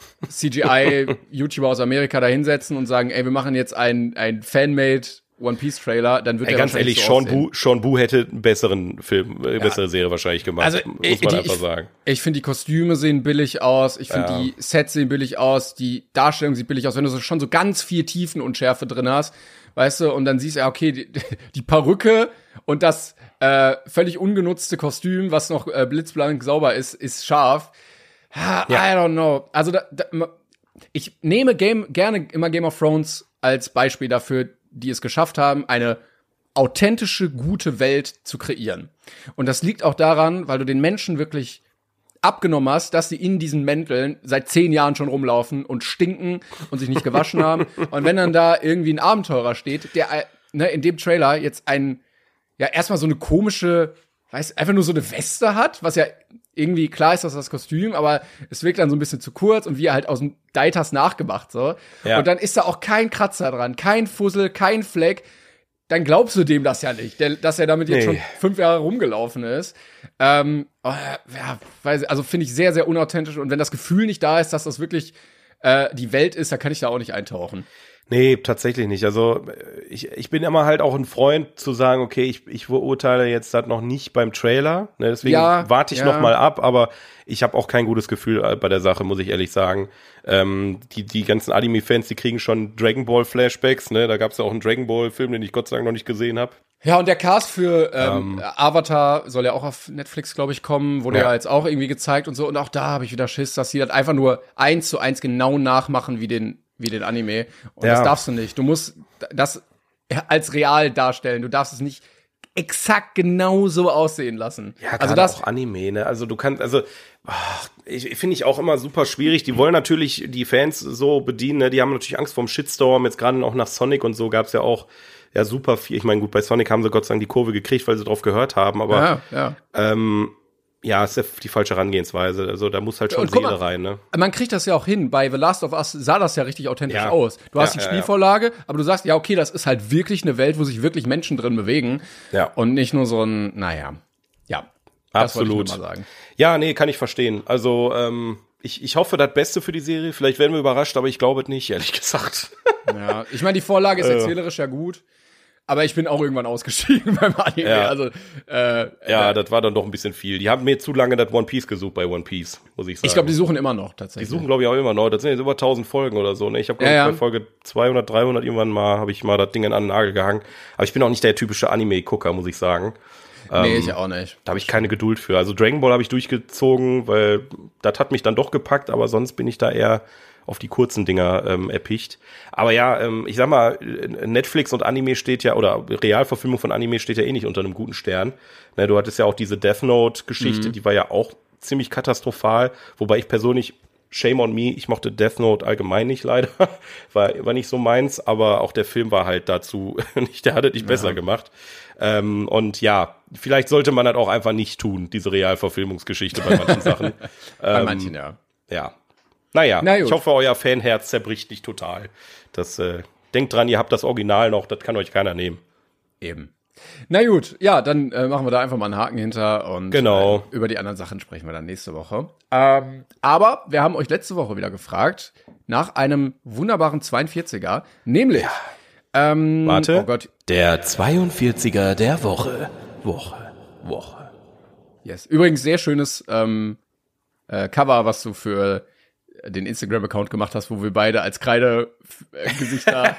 C G I-YouTuber aus Amerika da hinsetzen und sagen, ey, wir machen jetzt ein, ein Fan-made One-Piece-Trailer, dann wird ey, der ganz ehrlich, so Sean Bu, Sean Bu hätte einen besseren Film, äh, ja. bessere Serie wahrscheinlich gemacht, also, muss ey, man die, einfach ich, sagen. Ich finde, die Kostüme sehen billig aus, ich finde, Ja. die Sets sehen billig aus, die Darstellung sieht billig aus, wenn du so schon so ganz viel Tiefenunschärfe drin hast, weißt du, und dann siehst du, ja, okay, die, die Perücke und das äh, völlig ungenutzte Kostüm, was noch äh, blitzblank sauber ist, ist scharf. Ha, Ja. I don't know. Also da, da, ich nehme Game, gerne immer Game of Thrones als Beispiel dafür, die es geschafft haben, eine authentische, gute Welt zu kreieren. Und das liegt auch daran, weil du den Menschen wirklich abgenommen hast, dass sie in diesen Mänteln seit zehn Jahren schon rumlaufen und stinken und sich nicht gewaschen haben. Und wenn dann da irgendwie ein Abenteurer steht, der äh, ne, in dem Trailer jetzt ein, ja, erstmal so eine komische, weiß, einfach nur so eine Weste hat, was ja irgendwie, klar ist das das Kostüm, aber es wirkt dann so ein bisschen zu kurz und wie halt aus dem Deitas nachgemacht, so. Ja. Und dann ist da auch kein Kratzer dran, kein Fussel, kein Fleck. Dann glaubst du dem das ja nicht, der, dass er damit jetzt Nee. schon fünf Jahre rumgelaufen ist. Ähm, oh, ja, weiß, also finde ich sehr, sehr unauthentisch. Und wenn das Gefühl nicht da ist, dass das wirklich äh, die Welt ist, dann kann ich da auch nicht eintauchen. Nee, tatsächlich nicht. Also ich, ich bin immer halt auch ein Freund zu sagen, okay, ich, ich beurteile jetzt das noch nicht beim Trailer, ne, deswegen Ja, warte ich ja. noch mal ab, aber ich habe auch kein gutes Gefühl bei der Sache, muss ich ehrlich sagen. Ähm, die die ganzen Anime-Fans, die kriegen schon Dragon Ball Flashbacks, ne, da gab's ja auch einen Dragon Ball-Film, den ich Gott sei Dank noch nicht gesehen habe. Ja, und der Cast für ähm, Ähm. Avatar soll ja auch auf Netflix, glaube ich, kommen, wurde ja. Ja. jetzt auch irgendwie gezeigt und so. Und auch da habe ich wieder Schiss, dass sie das einfach nur eins zu eins genau nachmachen wie den wie den Anime. Und Ja. das darfst du nicht. Du musst das als real darstellen. Du darfst es nicht exakt genau so aussehen lassen. Ja, also also das auch Anime, ne? Also du kannst, also ach, ich finde ich auch immer super schwierig. Die wollen natürlich die Fans so bedienen, ne? Die haben natürlich Angst vorm Shitstorm. Jetzt gerade auch nach Sonic und so gab's ja auch ja super viel. Ich meine, gut, bei Sonic haben sie Gott sei Dank die Kurve gekriegt, weil sie drauf gehört haben. Aber ja, ja. ähm, ja, ist ja die falsche Herangehensweise. Also da muss halt schon Und guck Seele mal, rein, ne? Man kriegt das ja auch hin. Bei The Last of Us sah das ja richtig authentisch Ja. aus. Du hast Ja, die ja, Spielvorlage, aber du sagst, ja, okay, das ist halt wirklich eine Welt, wo sich wirklich Menschen drin bewegen. Ja. Und nicht nur so ein, naja, ja. Das wollte ich Absolut. nur mal sagen. Ja, nee, kann ich verstehen. Also ähm, ich, ich hoffe das Beste für die Serie. Vielleicht werden wir überrascht, aber ich glaube es nicht, ehrlich gesagt. Ja, ich meine, die Vorlage ist Äh. erzählerisch ja gut, aber ich bin auch irgendwann ausgestiegen beim Anime. Ja. Also, äh, Ja, äh, das war dann doch ein bisschen viel. Die haben mir zu lange das One Piece gesucht bei One Piece, muss ich sagen. ich glaube, die suchen immer noch Die tatsächlich. suchen, glaube ich, auch immer noch. Das sind jetzt über tausend Folgen oder so. Ne? Ich habe, glaube Ja, ich, ja. bei Folge zweihundert, dreihundert irgendwann mal, habe ich mal das Ding an den Nagel gehangen. Aber ich bin auch nicht der typische Anime-Gucker, muss ich sagen. Nee, Ähm, ich auch nicht. Da habe ich keine Geduld für. Also Dragon Ball habe ich durchgezogen, weil das hat mich dann doch gepackt, aber sonst bin ich da eher auf die kurzen Dinger ähm, erpicht. Aber ja, ähm, ich sag mal, Netflix und Anime steht ja, oder Realverfilmung von Anime steht ja eh nicht unter einem guten Stern. Ne, du hattest ja auch diese Death Note-Geschichte, Mhm. die war ja auch ziemlich katastrophal, wobei ich persönlich, shame on me, ich mochte Death Note allgemein nicht leider, war, war nicht so meins, aber auch der Film war halt dazu nicht, der hat es nicht besser gemacht. Ähm, und ja, vielleicht sollte man das auch einfach nicht tun, diese Realverfilmungsgeschichte bei manchen Sachen. Bei ähm, manchen, ja. Ja. Naja, Na gut. ich hoffe, euer Fanherz zerbricht nicht total. Das, äh, denkt dran, ihr habt das Original noch, das kann euch keiner nehmen. Eben. Na gut, ja, dann äh, machen wir da einfach mal einen Haken hinter und Genau. äh, über die anderen Sachen sprechen wir dann nächste Woche. Ähm, aber wir haben euch letzte Woche wieder gefragt nach einem wunderbaren zweiundvierziger, nämlich ähm, Warte. oh Gott, Der zweiundvierziger der Woche. Woche. Woche. yes. Übrigens sehr schönes ähm, äh, Cover, was du für den Instagram-Account gemacht hast, wo wir beide als Kreide-Gesichter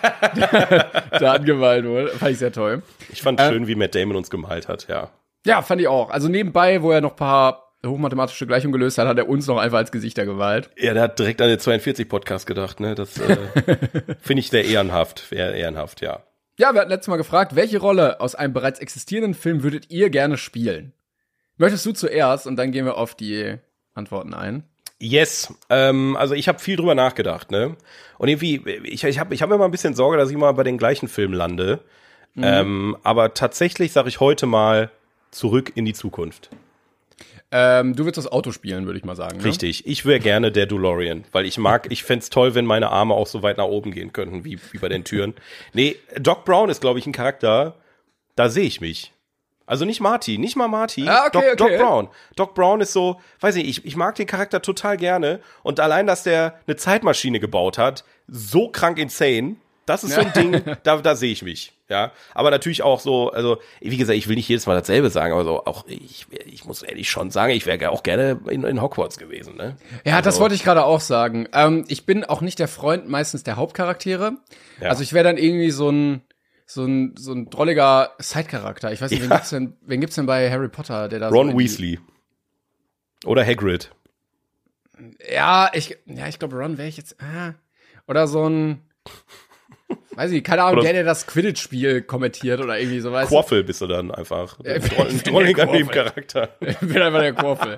da angemalt wurden. Fand ich sehr toll. Ich fand Äh, schön, wie Matt Damon uns gemalt hat, ja. Ja, fand ich auch. Also nebenbei, wo er noch ein paar hochmathematische Gleichungen gelöst hat, hat er uns noch einfach als Gesichter gemalt. Ja, der hat direkt an den zweiundvierzig-Podcast gedacht, ne? Das äh, finde ich sehr ehrenhaft. Eher ehrenhaft, ja. Ja, wir hatten letztes Mal gefragt, welche Rolle aus einem bereits existierenden Film würdet ihr gerne spielen? Möchtest du zuerst und dann gehen wir auf die Antworten ein. Yes, ähm, also ich habe viel drüber nachgedacht, ne? Und irgendwie, ich, ich habe ich hab immer ein bisschen Sorge, dass ich mal bei den gleichen Filmen lande. Mhm. Ähm, aber tatsächlich sage ich heute mal zurück in die Zukunft. Ähm, du willst das Auto spielen, würde ich mal sagen. Ne? Richtig. Ich wäre gerne der DeLorean, weil ich mag, ich fänd's toll, wenn meine Arme auch so weit nach oben gehen könnten, wie, wie bei den Türen. Nee, Doc Brown ist, glaube ich, ein Charakter, da sehe ich mich. Also nicht Marty, nicht mal Marty, ah, okay, Doc, okay. Doc Brown. Doc Brown ist so, weiß nicht, ich, ich mag den Charakter total gerne und allein, dass der eine Zeitmaschine gebaut hat, so krank insane, das ist so ein Ding, da, da sehe ich mich, ja. Aber natürlich auch so, also, wie gesagt, ich will nicht jedes Mal dasselbe sagen, aber so, auch, ich, ich muss ehrlich schon sagen, ich wäre auch gerne in, in Hogwarts gewesen, ne? Ja, also, das wollte ich gerade auch sagen. Ähm, ich bin auch nicht der Freund meistens der Hauptcharaktere. Ja. Also ich wäre dann irgendwie so ein, so ein, so ein drolliger Side-Charakter. Ich weiß nicht, Ja. wen gibt's denn, wen gibt's denn bei Harry Potter, der da Ron so in die- Weasley. Oder Hagrid. Ja, ich, ja, ich glaube, Ron wäre ich jetzt, ah, oder so ein, weiß ich, keine Ahnung, Oder- der, der das Quidditch-Spiel kommentiert oder irgendwie so, weißt Quaffel bist du dann einfach. Ja, Ein ich Troll- bin ein drolliger der Quaffel. Nebencharakter. du? Ich bin einfach der Quaffel.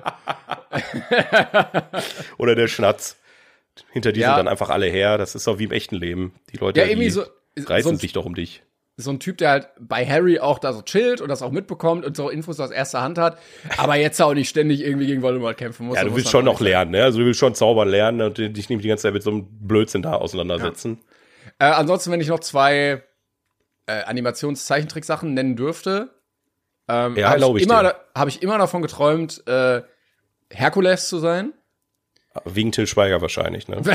Oder der Schnatz. Hinter dir Ja. sind dann einfach alle her. Das ist doch wie im echten Leben. Die Leute, Ja, irgendwie die so, reißen so ein, sich doch um dich. so ein Typ, der halt bei Harry auch da so chillt und das auch mitbekommt und so Infos aus erster Hand hat, aber jetzt auch nicht ständig irgendwie gegen Voldemort kämpfen muss. Ja, So du muss willst man schon auch noch nicht lernen, ne? Also du willst schon zaubern lernen und dich nicht die ganze Zeit mit so einem Blödsinn da auseinandersetzen. Äh, ansonsten, wenn ich noch zwei äh, Animations-Zeichentrick-Sachen nennen dürfte, ähm, Ja, habe glaub ich, ich immer, dir. hab ich immer davon geträumt, äh, Herkules zu sein. Wegen Till Schweiger wahrscheinlich, ne?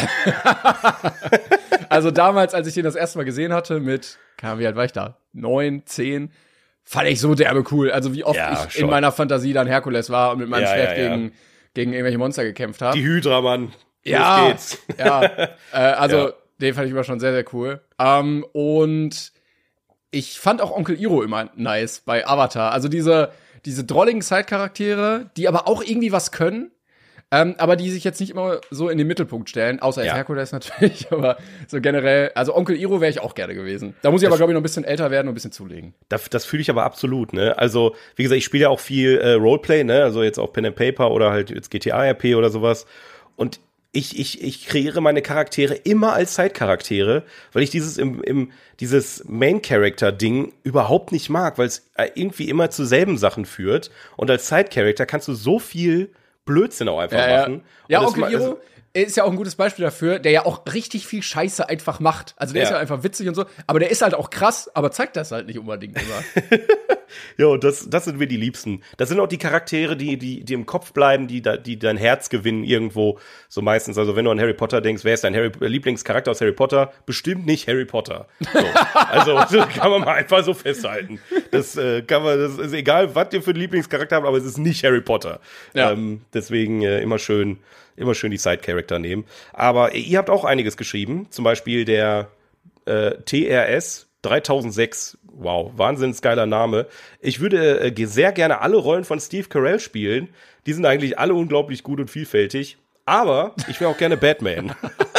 Also damals, als ich den das erste Mal gesehen hatte, mit, keine Ahnung, wie alt war ich da? Neun, zehn, fand ich so derbe cool. Also wie oft Ja, ich schon. in meiner Fantasie dann Herkules war und mit meinem Ja, Schwert ja, ja. gegen, gegen irgendwelche Monster gekämpft habe. Die Hydra, Mann. Ja, Los geht's. ja. Äh, also Ja. den fand ich immer schon sehr, sehr cool. Ähm, und ich fand auch Onkel Iro immer nice bei Avatar. Also diese, diese drolligen Side-Charaktere, die aber auch irgendwie was können, ähm, aber die sich jetzt nicht immer so in den Mittelpunkt stellen, außer jetzt Ja. Herkules natürlich, aber so generell, also Onkel Iro wäre ich auch gerne gewesen. Da muss ich aber, glaube ich, noch ein bisschen älter werden und ein bisschen zulegen. Das, das fühle ich aber absolut, ne? Also, wie gesagt, ich spiele ja auch viel äh, Roleplay, ne? Also jetzt auch Pen and Paper oder halt jetzt G T A R P oder sowas. Und ich, ich, ich kreiere meine Charaktere immer als Side-Charaktere, weil ich dieses im, im dieses Main-Character-Ding überhaupt nicht mag, weil es äh, irgendwie immer zu selben Sachen führt. Und als Side-Character kannst du so viel Blödsinn auch einfach Ja, ja. machen. Ja, Und das Onkel ma- Iro also- ist ja auch ein gutes Beispiel dafür, der ja auch richtig viel Scheiße einfach macht. Also der Ja. ist ja einfach witzig und so, aber der ist halt auch krass, aber zeigt das halt nicht unbedingt immer. Ja, und das, das sind mir die Liebsten. Das sind auch die Charaktere, die, die, die im Kopf bleiben, die, da, die dein Herz gewinnen irgendwo. So meistens. Also wenn du an Harry Potter denkst, wer ist dein Harry, Lieblingscharakter aus Harry Potter? Bestimmt nicht Harry Potter. So. Also das kann man mal einfach so festhalten. Das äh, kann man, das ist egal, was ihr für einen Lieblingscharakter habt, aber es ist nicht Harry Potter. Ja. Ähm, deswegen äh, immer schön, immer schön die Side-Charakter nehmen. Aber ihr habt auch einiges geschrieben. Zum Beispiel der äh, T R S dreitausendsechs, wow, wahnsinns geiler Name. Ich würde äh, sehr gerne alle Rollen von Steve Carell spielen. Die sind eigentlich alle unglaublich gut und vielfältig. Aber ich wäre auch gerne Batman.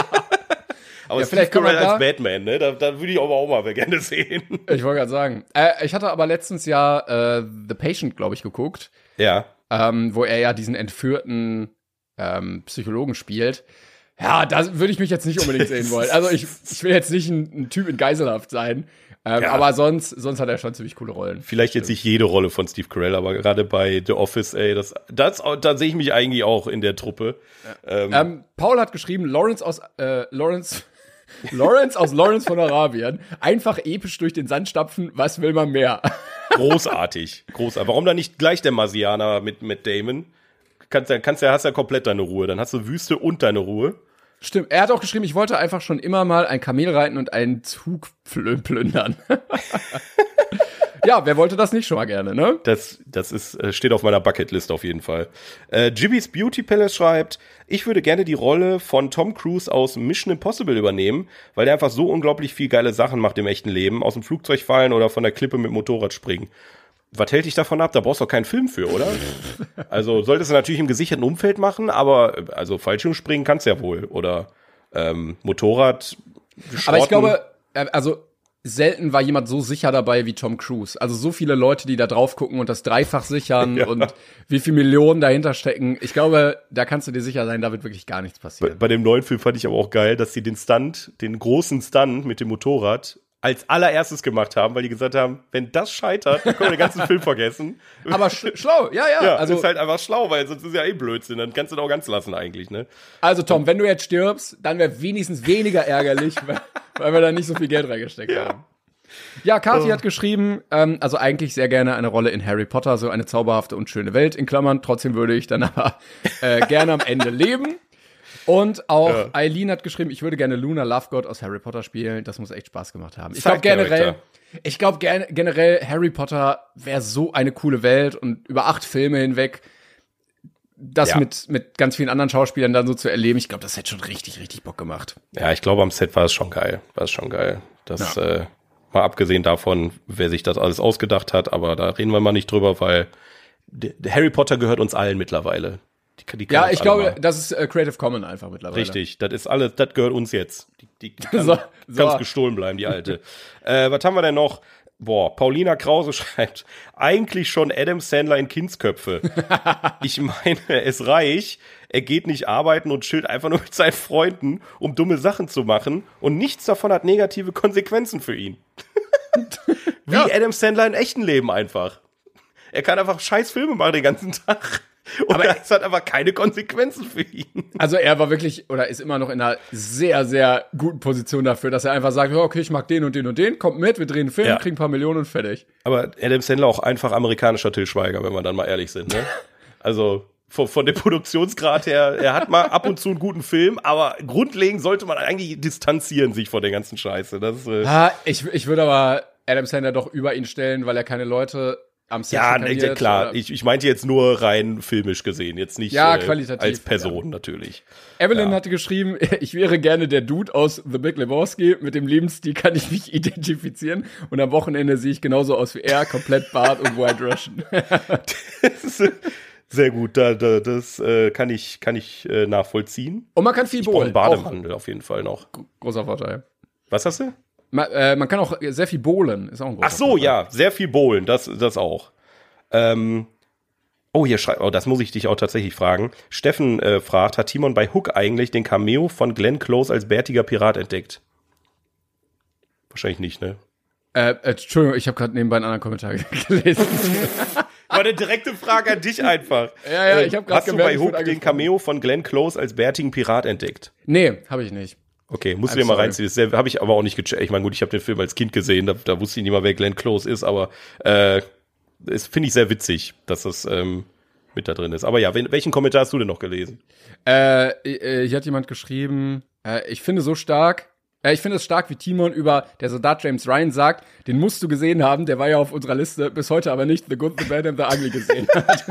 Aber Ja, Steve vielleicht kann man Carell da- als Batman, ne? Da, da würde ich aber auch mal gerne sehen. Ich wollte gerade sagen. Äh, ich hatte aber letztens ja äh, The Patient, glaube ich, geguckt, Ja. ähm, wo er ja diesen entführten ähm, Psychologen spielt. Ja, da würde ich mich jetzt nicht unbedingt sehen wollen. Also ich, ich will jetzt nicht ein, ein Typ in Geiselhaft sein. Ähm, Ja. Aber sonst, sonst hat er schon ziemlich coole Rollen. Vielleicht jetzt nicht jede Rolle von Steve Carell, aber gerade bei The Office, ey, das, das, da sehe ich mich eigentlich auch in der Truppe. Ähm, Ähm, Paul hat geschrieben, Lawrence aus äh, Lawrence Lawrence aus Lawrence von Arabien. Einfach episch durch den Sand stapfen, was will man mehr? Großartig. Großartig. Warum dann nicht gleich der Marsianer mit, mit Damon? Kannst ja, kannst ja, hast ja komplett deine Ruhe. Dann hast du Wüste und deine Ruhe. Stimmt, er hat auch geschrieben, ich wollte einfach schon immer mal ein Kamel reiten und einen Zug plü- plündern. Ja, wer wollte das nicht schon mal gerne, ne? Das, das ist, äh, steht auf meiner Bucketlist auf jeden Fall. Äh, Jimmy's Beauty Palace schreibt, ich würde gerne die Rolle von Tom Cruise aus Mission Impossible übernehmen, weil der einfach so unglaublich viel geile Sachen macht im echten Leben. Aus dem Flugzeug fallen oder von der Klippe mit Motorrad springen. Was hält dich davon ab? Da brauchst du doch keinen Film für, oder? Also solltest du natürlich im gesicherten Umfeld machen, aber äh, also Fallschirmspringen kannst du ja wohl. Oder ähm, Motorrad schrotten. Aber ich glaube, äh, also selten war jemand so sicher dabei wie Tom Cruise. Also so viele Leute, die da drauf gucken und das dreifach sichern Ja. und wie viele Millionen dahinter stecken. Ich glaube, da kannst du dir sicher sein, da wird wirklich gar nichts Bei, passieren. bei dem neuen Film fand ich aber auch geil, dass sie den Stunt, den großen Stunt mit dem Motorrad als allererstes gemacht haben, weil die gesagt haben, wenn das scheitert, dann können wir den ganzen Film vergessen. Aber sch- schlau, ja, ja. Ja, also ist halt einfach schlau, weil sonst ist ja eh Blödsinn, dann kannst du doch ganz lassen eigentlich, ne? Also Tom, wenn du jetzt stirbst, dann wäre wenigstens weniger ärgerlich, weil, weil wir da nicht so viel Geld reingesteckt Ja. haben. Ja, Kathi Oh. hat geschrieben, ähm, also eigentlich sehr gerne eine Rolle in Harry Potter, so eine zauberhafte und schöne Welt, in Klammern, trotzdem würde ich dann aber äh, gerne am Ende leben. Und auch Ja. Eileen hat geschrieben, ich würde gerne Luna Lovegood aus Harry Potter spielen. Das muss echt Spaß gemacht haben. Ich Side glaube generell, Character. ich glaube gen- generell Harry Potter wäre so eine coole Welt und über acht Filme hinweg das Ja. mit mit ganz vielen anderen Schauspielern dann so zu erleben. Ich glaube, das hätte schon richtig richtig Bock gemacht. Ja, ich glaube, am Set war es schon geil. War es schon geil. Das, Ja. äh, mal abgesehen davon, wer sich das alles ausgedacht hat, aber da reden wir mal nicht drüber, weil d- Harry Potter gehört uns allen mittlerweile. Die, die können Ja, uns ich alle glaube, mal. das ist äh, Creative Commons einfach mittlerweile. Richtig, das ist alles, das gehört uns jetzt. Die, die, die kann, So, kann so. uns gestohlen bleiben, die alte. äh, was haben wir denn noch? Boah, Paulina Krause schreibt, eigentlich schon Adam Sandler in Kindsköpfe. Ich meine, er ist reich, er geht nicht arbeiten und chillt einfach nur mit seinen Freunden, um dumme Sachen zu machen und nichts davon hat negative Konsequenzen für ihn. Wie Ja. Adam Sandler im echten Leben einfach. Er kann einfach scheiß Filme machen den ganzen Tag. Und Aber- das hat aber keine Konsequenzen für ihn. Also er war wirklich oder ist immer noch in einer sehr, sehr guten Position dafür, dass er einfach sagt, ja, okay, ich mag den und den und den, kommt mit, wir drehen einen Film, Ja. kriegen ein paar Millionen und fertig. Aber Adam Sandler auch einfach amerikanischer Til Schweiger, wenn wir dann mal ehrlich sind, ne? Also von, von dem Produktionsgrad her, er hat mal ab und zu einen guten Film, aber grundlegend sollte man eigentlich distanzieren sich von der ganzen Scheiße. Das, äh, Ah, ich, ich würde aber Adam Sandler doch über ihn stellen, weil er keine Leute am Set ja, schikaniert ne, klar. oder- Ich, ich meinte jetzt nur rein filmisch gesehen, jetzt nicht Ja, äh, qualitativ, als Person natürlich. Evelyn Ja. hatte geschrieben, ich wäre gerne der Dude aus The Big Lebowski. Mit dem Lebensstil kann ich mich identifizieren. Und am Wochenende sehe ich genauso aus wie er, komplett Bart und White Russian. Das ist, äh, sehr gut, da, da, das äh, kann ich, kann ich äh, nachvollziehen. Und man kann viel Ich brauche bowlen. einen Auch Bademantel auf jeden Fall noch. großer Vorteil. Was hast du? Man, äh, man kann auch sehr viel bowlen. Ist auch ein großer Ach so, Vorteil. ja, sehr viel bowlen, das, das auch. Ähm, oh, hier schreibt, oh, das muss ich dich auch tatsächlich fragen. Steffen äh, fragt, hat Timon bei Hook eigentlich den Cameo von Glenn Close als bärtiger Pirat entdeckt? Wahrscheinlich nicht, ne? Äh, äh, Entschuldigung, ich habe gerade nebenbei einen anderen Kommentar gelesen. War eine direkte Frage an dich einfach. Ja, ja, ich hab grad Hast du gemerkt, bei ich Hook wurde den angesprochen. Cameo von Glenn Close als bärtigen Pirat entdeckt? Nee, habe ich nicht. Okay, musst du I'm dir mal sorry. reinziehen. Das habe ich aber auch nicht gecheckt. Ich meine, gut, ich habe den Film als Kind gesehen, da, da wusste ich nicht mal, wer Glenn Close ist, aber äh, das finde ich sehr witzig, dass das ähm, mit da drin ist. Aber ja, wen, welchen Kommentar hast du denn noch gelesen? Äh, äh, hier hat jemand geschrieben, äh, ich finde so stark, äh, ich finde es stark, wie Timon über der Soldat James Ryan sagt, den musst du gesehen haben, der war ja auf unserer Liste, bis heute aber nicht The Good, The Bad and The Ugly gesehen hat.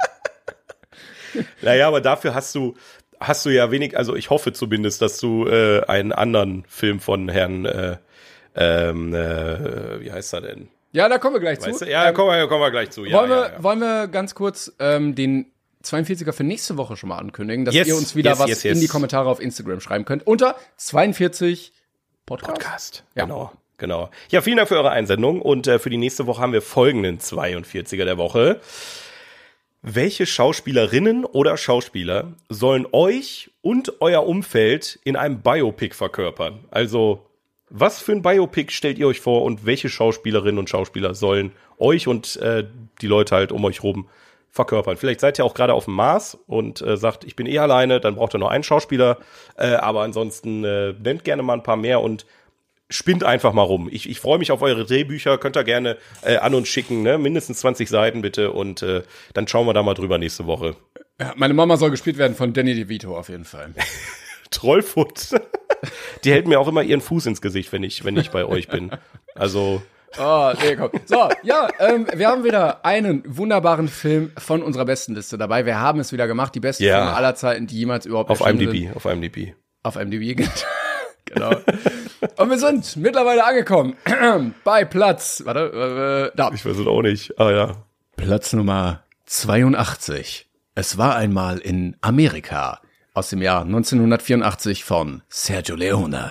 Naja, aber dafür hast du hast du ja wenig, also ich hoffe zumindest, dass du äh, einen anderen Film von Herrn, äh, ähm, äh, wie heißt er denn? Ja, da kommen wir gleich Weißt zu. du? Ja, Ähm, kommen wir, kommen wir gleich zu. Ja, wollen, wir, ja, ja. wollen wir ganz kurz ähm, den zweiundvierziger für nächste Woche schon mal ankündigen, dass Yes, ihr uns wieder yes, was yes, yes. in die Kommentare auf Instagram schreiben könnt. Unter zweiundvierzig Podcast. Podcast. Ja. Genau, genau. Ja, vielen Dank für eure Einsendung und äh, für die nächste Woche haben wir folgenden zweiundvierziger der Woche. Welche Schauspielerinnen oder Schauspieler sollen euch und euer Umfeld in einem Biopic verkörpern? Also, was für ein Biopic stellt ihr euch vor und welche Schauspielerinnen und Schauspieler sollen euch und äh, die Leute halt um euch rum verkörpern? Vielleicht seid ihr auch gerade auf dem Mars und äh, sagt, ich bin eh alleine, dann braucht ihr nur einen Schauspieler, äh, aber ansonsten äh, nennt gerne mal ein paar mehr und spinnt einfach mal rum. Ich, ich freue mich auf eure Drehbücher, könnt ihr gerne äh, an uns schicken, ne? Mindestens zwanzig Seiten bitte und äh, dann schauen wir da mal drüber nächste Woche. Ja, meine Mama soll gespielt werden von Danny DeVito auf jeden Fall. Trollfoot. Die hält mir auch immer ihren Fuß ins Gesicht, wenn ich, wenn ich bei euch bin. Also, Oh, nee, komm. So, ja, ähm, wir haben wieder einen wunderbaren Film von unserer besten Liste dabei. Wir haben es wieder gemacht, die besten Ja. Filme aller Zeiten, die jemals überhaupt auf erschienen IMDb, sind. auf IMDb. Auf IMDb, genau. Und wir sind mittlerweile angekommen bei Platz, warte, äh, da. Ich weiß es auch nicht. Ah ja. Platz Nummer zweiundachtzig. Es war einmal in Amerika aus dem Jahr neunzehnhundertvierundachtzig von Sergio Leone.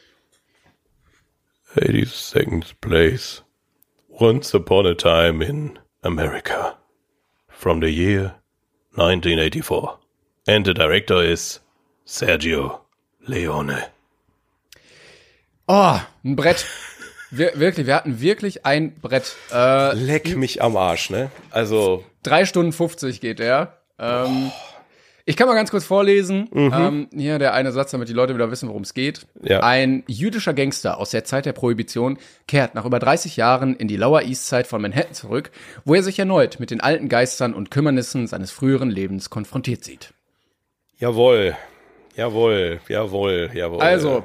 eighty-second place. Once upon a time in America. From the year nineteen eighty-four. And the director is Sergio Leone. Oh, ein Brett. Wir, wirklich, wir hatten wirklich ein Brett. Äh, Leck mich am Arsch, ne? Also. drei Stunden fünfzig geht der. Ähm, ich kann mal ganz kurz vorlesen. Mhm. Ähm, hier der eine Satz, damit die Leute wieder wissen, worum es geht. Ja. Ein jüdischer Gangster aus der Zeit der Prohibition kehrt nach über dreißig Jahren in die Lower East Side von Manhattan zurück, wo er sich erneut mit den alten Geistern und Kümmernissen seines früheren Lebens konfrontiert sieht. Jawohl. Jawohl, jawohl, jawohl. Also,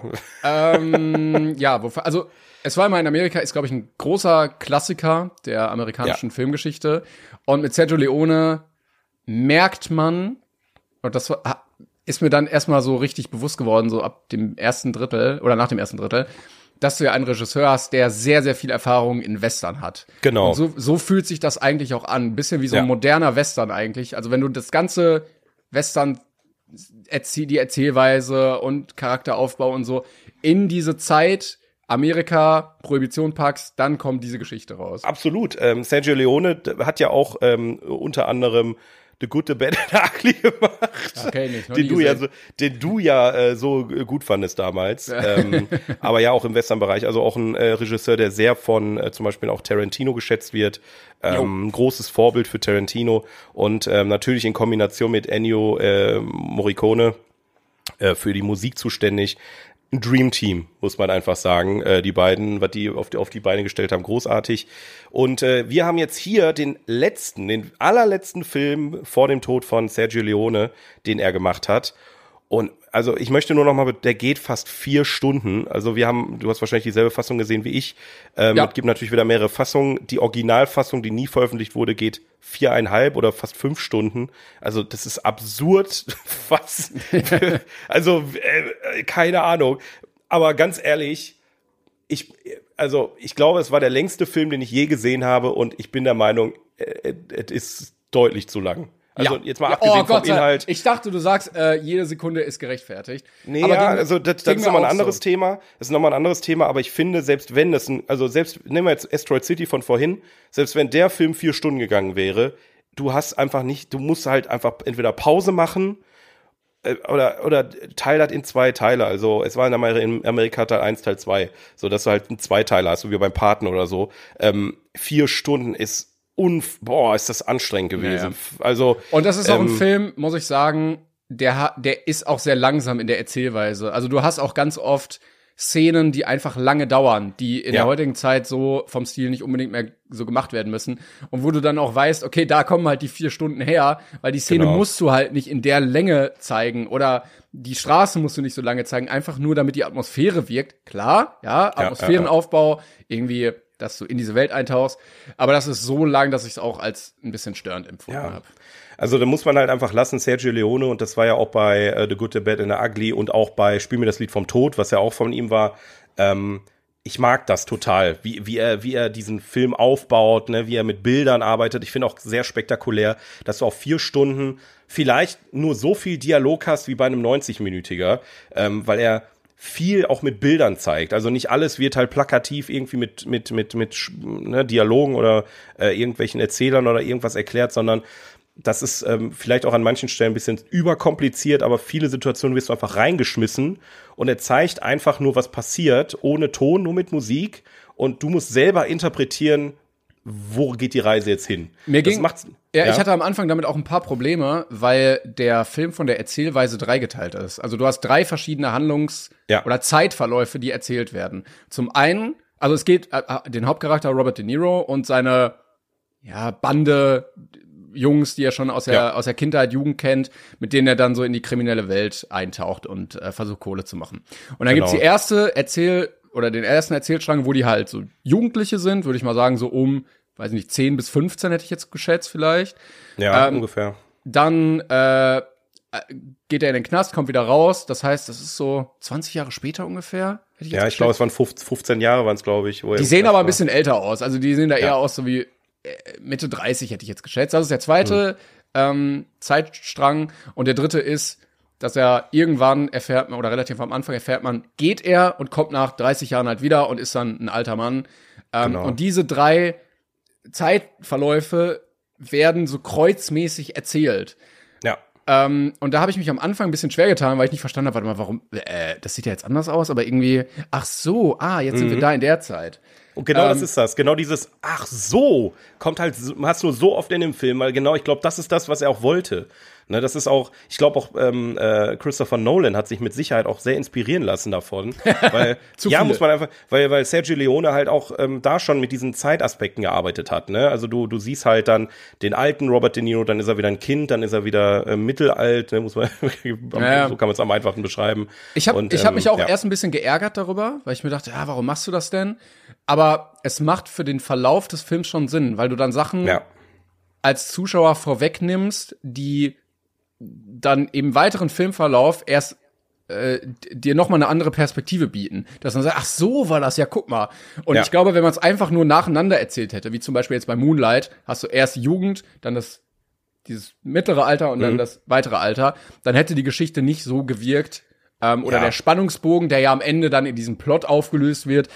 ähm, ja, wo, also Es war immer in Amerika, ist, glaube ich, ein großer Klassiker der amerikanischen ja. Filmgeschichte. Und mit Sergio Leone merkt man, und das war, ist mir dann erstmal so richtig bewusst geworden, so ab dem ersten Drittel oder nach dem ersten Drittel, dass du ja einen Regisseur hast, der sehr, sehr viel Erfahrung in Western hat. Genau. Und so, so fühlt sich das eigentlich auch an. Ein bisschen wie so ein ja. moderner Western eigentlich. Also wenn du das ganze Western, die Erzählweise und Charakteraufbau und so in diese Zeit Amerika, Prohibition packst, dann kommt diese Geschichte raus. Absolut. Ähm, Sergio Leone hat ja auch ähm, unter anderem The Good, The Bad and The Ugly gemacht, okay, nicht, den, du ja so, den du ja äh, so gut fandest damals, ähm, aber ja auch im Western-Bereich, also auch ein äh, Regisseur, der sehr von äh, zum Beispiel auch Tarantino geschätzt wird, ähm, ein großes Vorbild für Tarantino und ähm, natürlich in Kombination mit Ennio äh, Morricone äh, für die Musik zuständig. Ein Dream Team, muss man einfach sagen. Äh, die beiden, was die auf, die auf die Beine gestellt haben, großartig. Und äh, wir haben jetzt hier den letzten, den allerletzten Film vor dem Tod von Sergio Leone, den er gemacht hat. Und also ich möchte nur noch mal, der geht fast vier Stunden. Also wir haben, du hast wahrscheinlich dieselbe Fassung gesehen wie ich. Ähm, ja. Es gibt natürlich wieder mehrere Fassungen. Die Originalfassung, die nie veröffentlicht wurde, geht viereinhalb oder fast fünf Stunden. Also das ist absurd. Was? Also äh, keine Ahnung. Aber ganz ehrlich, ich, also ich glaube, es war der längste Film, den ich je gesehen habe. Und ich bin der Meinung, es äh, ist deutlich zu lang. Also ja. jetzt mal abgesehen oh, Gott, vom Inhalt. Ich dachte, du sagst, äh, jede Sekunde ist gerechtfertigt. Nee, aber ja, ging, also das, das ist nochmal ein anderes so. Thema. Das ist nochmal ein anderes Thema, aber ich finde, selbst wenn das ein, also selbst, nehmen wir jetzt Asteroid City von vorhin, selbst wenn der Film vier Stunden gegangen wäre, du hast einfach nicht, du musst halt einfach entweder Pause machen äh, oder oder teil das in zwei Teile. Also es war in Amerika, in Amerika Teil eins, Teil zwei, so dass du halt einen Zweiteiler hast, so wie beim Paten oder so. Ähm, vier Stunden ist Unf- boah, ist das anstrengend gewesen. Ja, ja. Also und das ist auch ähm, ein Film, muss ich sagen, der ha- der ist auch sehr langsam in der Erzählweise. Also du hast auch ganz oft Szenen, die einfach lange dauern, die in ja. der heutigen Zeit so vom Stil nicht unbedingt mehr so gemacht werden müssen. Und wo du dann auch weißt, okay, da kommen halt die vier Stunden her, weil die Szene genau. musst du halt nicht in der Länge zeigen oder die Straße musst du nicht so lange zeigen, einfach nur, damit die Atmosphäre wirkt. Klar, ja, Atmosphärenaufbau, ja, ja. irgendwie dass du in diese Welt eintauchst. Aber das ist so lang, dass ich es auch als ein bisschen störend empfunden ja. habe. Also da muss man halt einfach lassen, Sergio Leone, und das war ja auch bei uh, The Good, The Bad and The Ugly und auch bei Spiel mir das Lied vom Tod, was ja auch von ihm war. Ähm, ich mag das total, wie, wie er, wie er diesen Film aufbaut, ne, wie er mit Bildern arbeitet. Ich finde auch sehr spektakulär, dass du auf vier Stunden vielleicht nur so viel Dialog hast wie bei einem neunzig-Minütiger, ähm, weil er viel auch mit Bildern zeigt. Also nicht alles wird halt plakativ irgendwie mit mit mit mit ne, Dialogen oder äh, irgendwelchen Erzählern oder irgendwas erklärt, sondern das ist ähm, vielleicht auch an manchen Stellen ein bisschen überkompliziert, aber viele Situationen wirst du einfach reingeschmissen und er zeigt einfach nur, was passiert, ohne Ton, nur mit Musik und du musst selber interpretieren, wo geht die Reise jetzt hin? Mir das ging, macht's, ja, ja, ich hatte am Anfang damit auch ein paar Probleme, weil der Film von der Erzählweise dreigeteilt ist. Also du hast drei verschiedene Handlungs- ja. oder Zeitverläufe, die erzählt werden. Zum einen, also es geht äh, den Hauptcharakter Robert De Niro und seine ja, Bande Jungs, die er schon aus der, ja. aus der Kindheit, Jugend kennt, mit denen er dann so in die kriminelle Welt eintaucht und äh, versucht, Kohle zu machen. Und dann genau. gibt's die erste Erzähl- oder den ersten Erzählstrang, wo die halt so Jugendliche sind, würde ich mal sagen, so um, weiß nicht, zehn bis fünfzehn hätte ich jetzt geschätzt vielleicht. Ja, ähm, ungefähr. Dann äh, geht er in den Knast, kommt wieder raus. Das heißt, das ist so zwanzig Jahre später ungefähr. Hätte ich jetzt ja, ich glaube, es waren fünfzehn Jahre, waren es, glaube ich. Wo die sehen aber ein bisschen älter aus. Also die sehen da ja. eher aus so wie Mitte dreißig, hätte ich jetzt geschätzt. Das ist der zweite mhm. ähm, Zeitstrang. Und der dritte ist, dass er irgendwann erfährt man, oder relativ am Anfang erfährt man, geht er und kommt nach dreißig Jahren halt wieder und ist dann ein alter Mann. Ähm, genau. Und diese drei Zeitverläufe werden so kreuzmäßig erzählt. Ja. Ähm, und da habe ich mich am Anfang ein bisschen schwer getan, weil ich nicht verstanden habe, warte mal, warum, äh, das sieht ja jetzt anders aus, aber irgendwie, ach so, ah, jetzt mhm. sind wir da in der Zeit. Und genau ähm, das ist das. Genau dieses, ach so, kommt halt, hast du so oft in dem Film, weil genau, ich glaube, das ist das, was er auch wollte. Ne, das ist auch, ich glaube auch, ähm, äh, Christopher Nolan hat sich mit Sicherheit auch sehr inspirieren lassen davon. Weil, ja, viele. muss man einfach, weil, weil Sergio Leone halt auch ähm, da schon mit diesen Zeitaspekten gearbeitet hat. Ne? Also du, du siehst halt dann den alten Robert De Niro, dann ist er wieder ein Kind, dann ist er wieder äh, mittelalt, ne? muss man, ja. so kann man es am einfachen beschreiben. Ich habe ähm, ich hab mich auch ja. erst ein bisschen geärgert darüber, weil ich mir dachte, ja, warum machst du das denn? Aber es macht für den Verlauf des Films schon Sinn, weil du dann Sachen ja. als Zuschauer vorwegnimmst, die dann im weiteren Filmverlauf erst äh, dir noch mal eine andere Perspektive bieten. Dass man sagt, ach so war das, ja, guck mal. Und ja. ich glaube, wenn man es einfach nur nacheinander erzählt hätte, wie zum Beispiel jetzt bei Moonlight, hast du erst Jugend, dann das dieses mittlere Alter und mhm. dann das weitere Alter, dann hätte die Geschichte nicht so gewirkt. Ähm, oder ja. der Spannungsbogen, der ja am Ende dann in diesem Plot aufgelöst wird.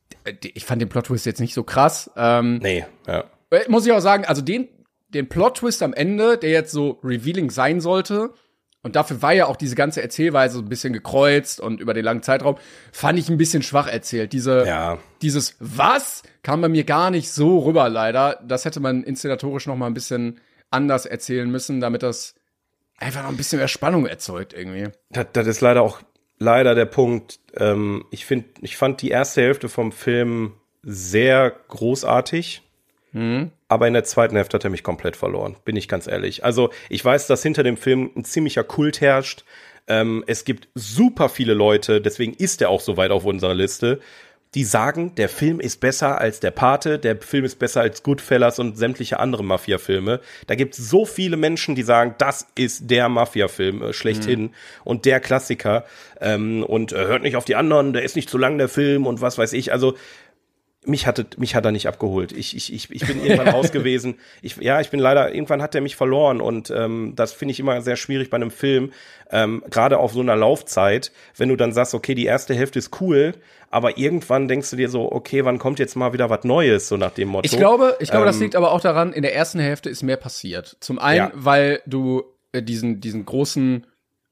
Ich fand den Plot-Twist jetzt nicht so krass. Ähm, nee, ja. Muss ich auch sagen, also den den Plot-Twist am Ende, der jetzt so revealing sein sollte, und dafür war ja auch diese ganze Erzählweise so ein bisschen gekreuzt und über den langen Zeitraum, fand ich ein bisschen schwach erzählt. Diese, ja. Dieses Was kam bei mir gar nicht so rüber, leider. Das hätte man inszenatorisch noch mal ein bisschen anders erzählen müssen, damit das einfach noch ein bisschen mehr Spannung erzeugt irgendwie. Das, das ist leider auch leider der Punkt. Ähm, ich finde, ich fand die erste Hälfte vom Film sehr großartig. Mhm. Aber in der zweiten Hälfte hat er mich komplett verloren, bin ich ganz ehrlich. Also ich weiß, dass hinter dem Film ein ziemlicher Kult herrscht. Ähm, es gibt super viele Leute, deswegen ist er auch so weit auf unserer Liste, die sagen, der Film ist besser als der Pate, der Film ist besser als Goodfellas und sämtliche andere Mafia-Filme. Da gibt es so viele Menschen, die sagen, das ist der Mafia-Film äh, schlechthin mhm. und der Klassiker. Ähm, und äh, hört nicht auf die anderen, der ist nicht zu lang, der Film und was weiß ich. Also Mich hatte, mich hat er nicht abgeholt. Ich, ich, ich, ich bin irgendwann raus gewesen. Ich, ja, ich bin leider, irgendwann hat er mich verloren und ähm, das finde ich immer sehr schwierig bei einem Film, ähm, gerade auf so einer Laufzeit, wenn du dann sagst, okay, die erste Hälfte ist cool, aber irgendwann denkst du dir so, okay, wann kommt jetzt mal wieder was Neues, so nach dem Motto. Ich glaube, ich glaube, ähm, das liegt aber auch daran, in der ersten Hälfte ist mehr passiert. Zum einen, ja. weil du äh, diesen, diesen großen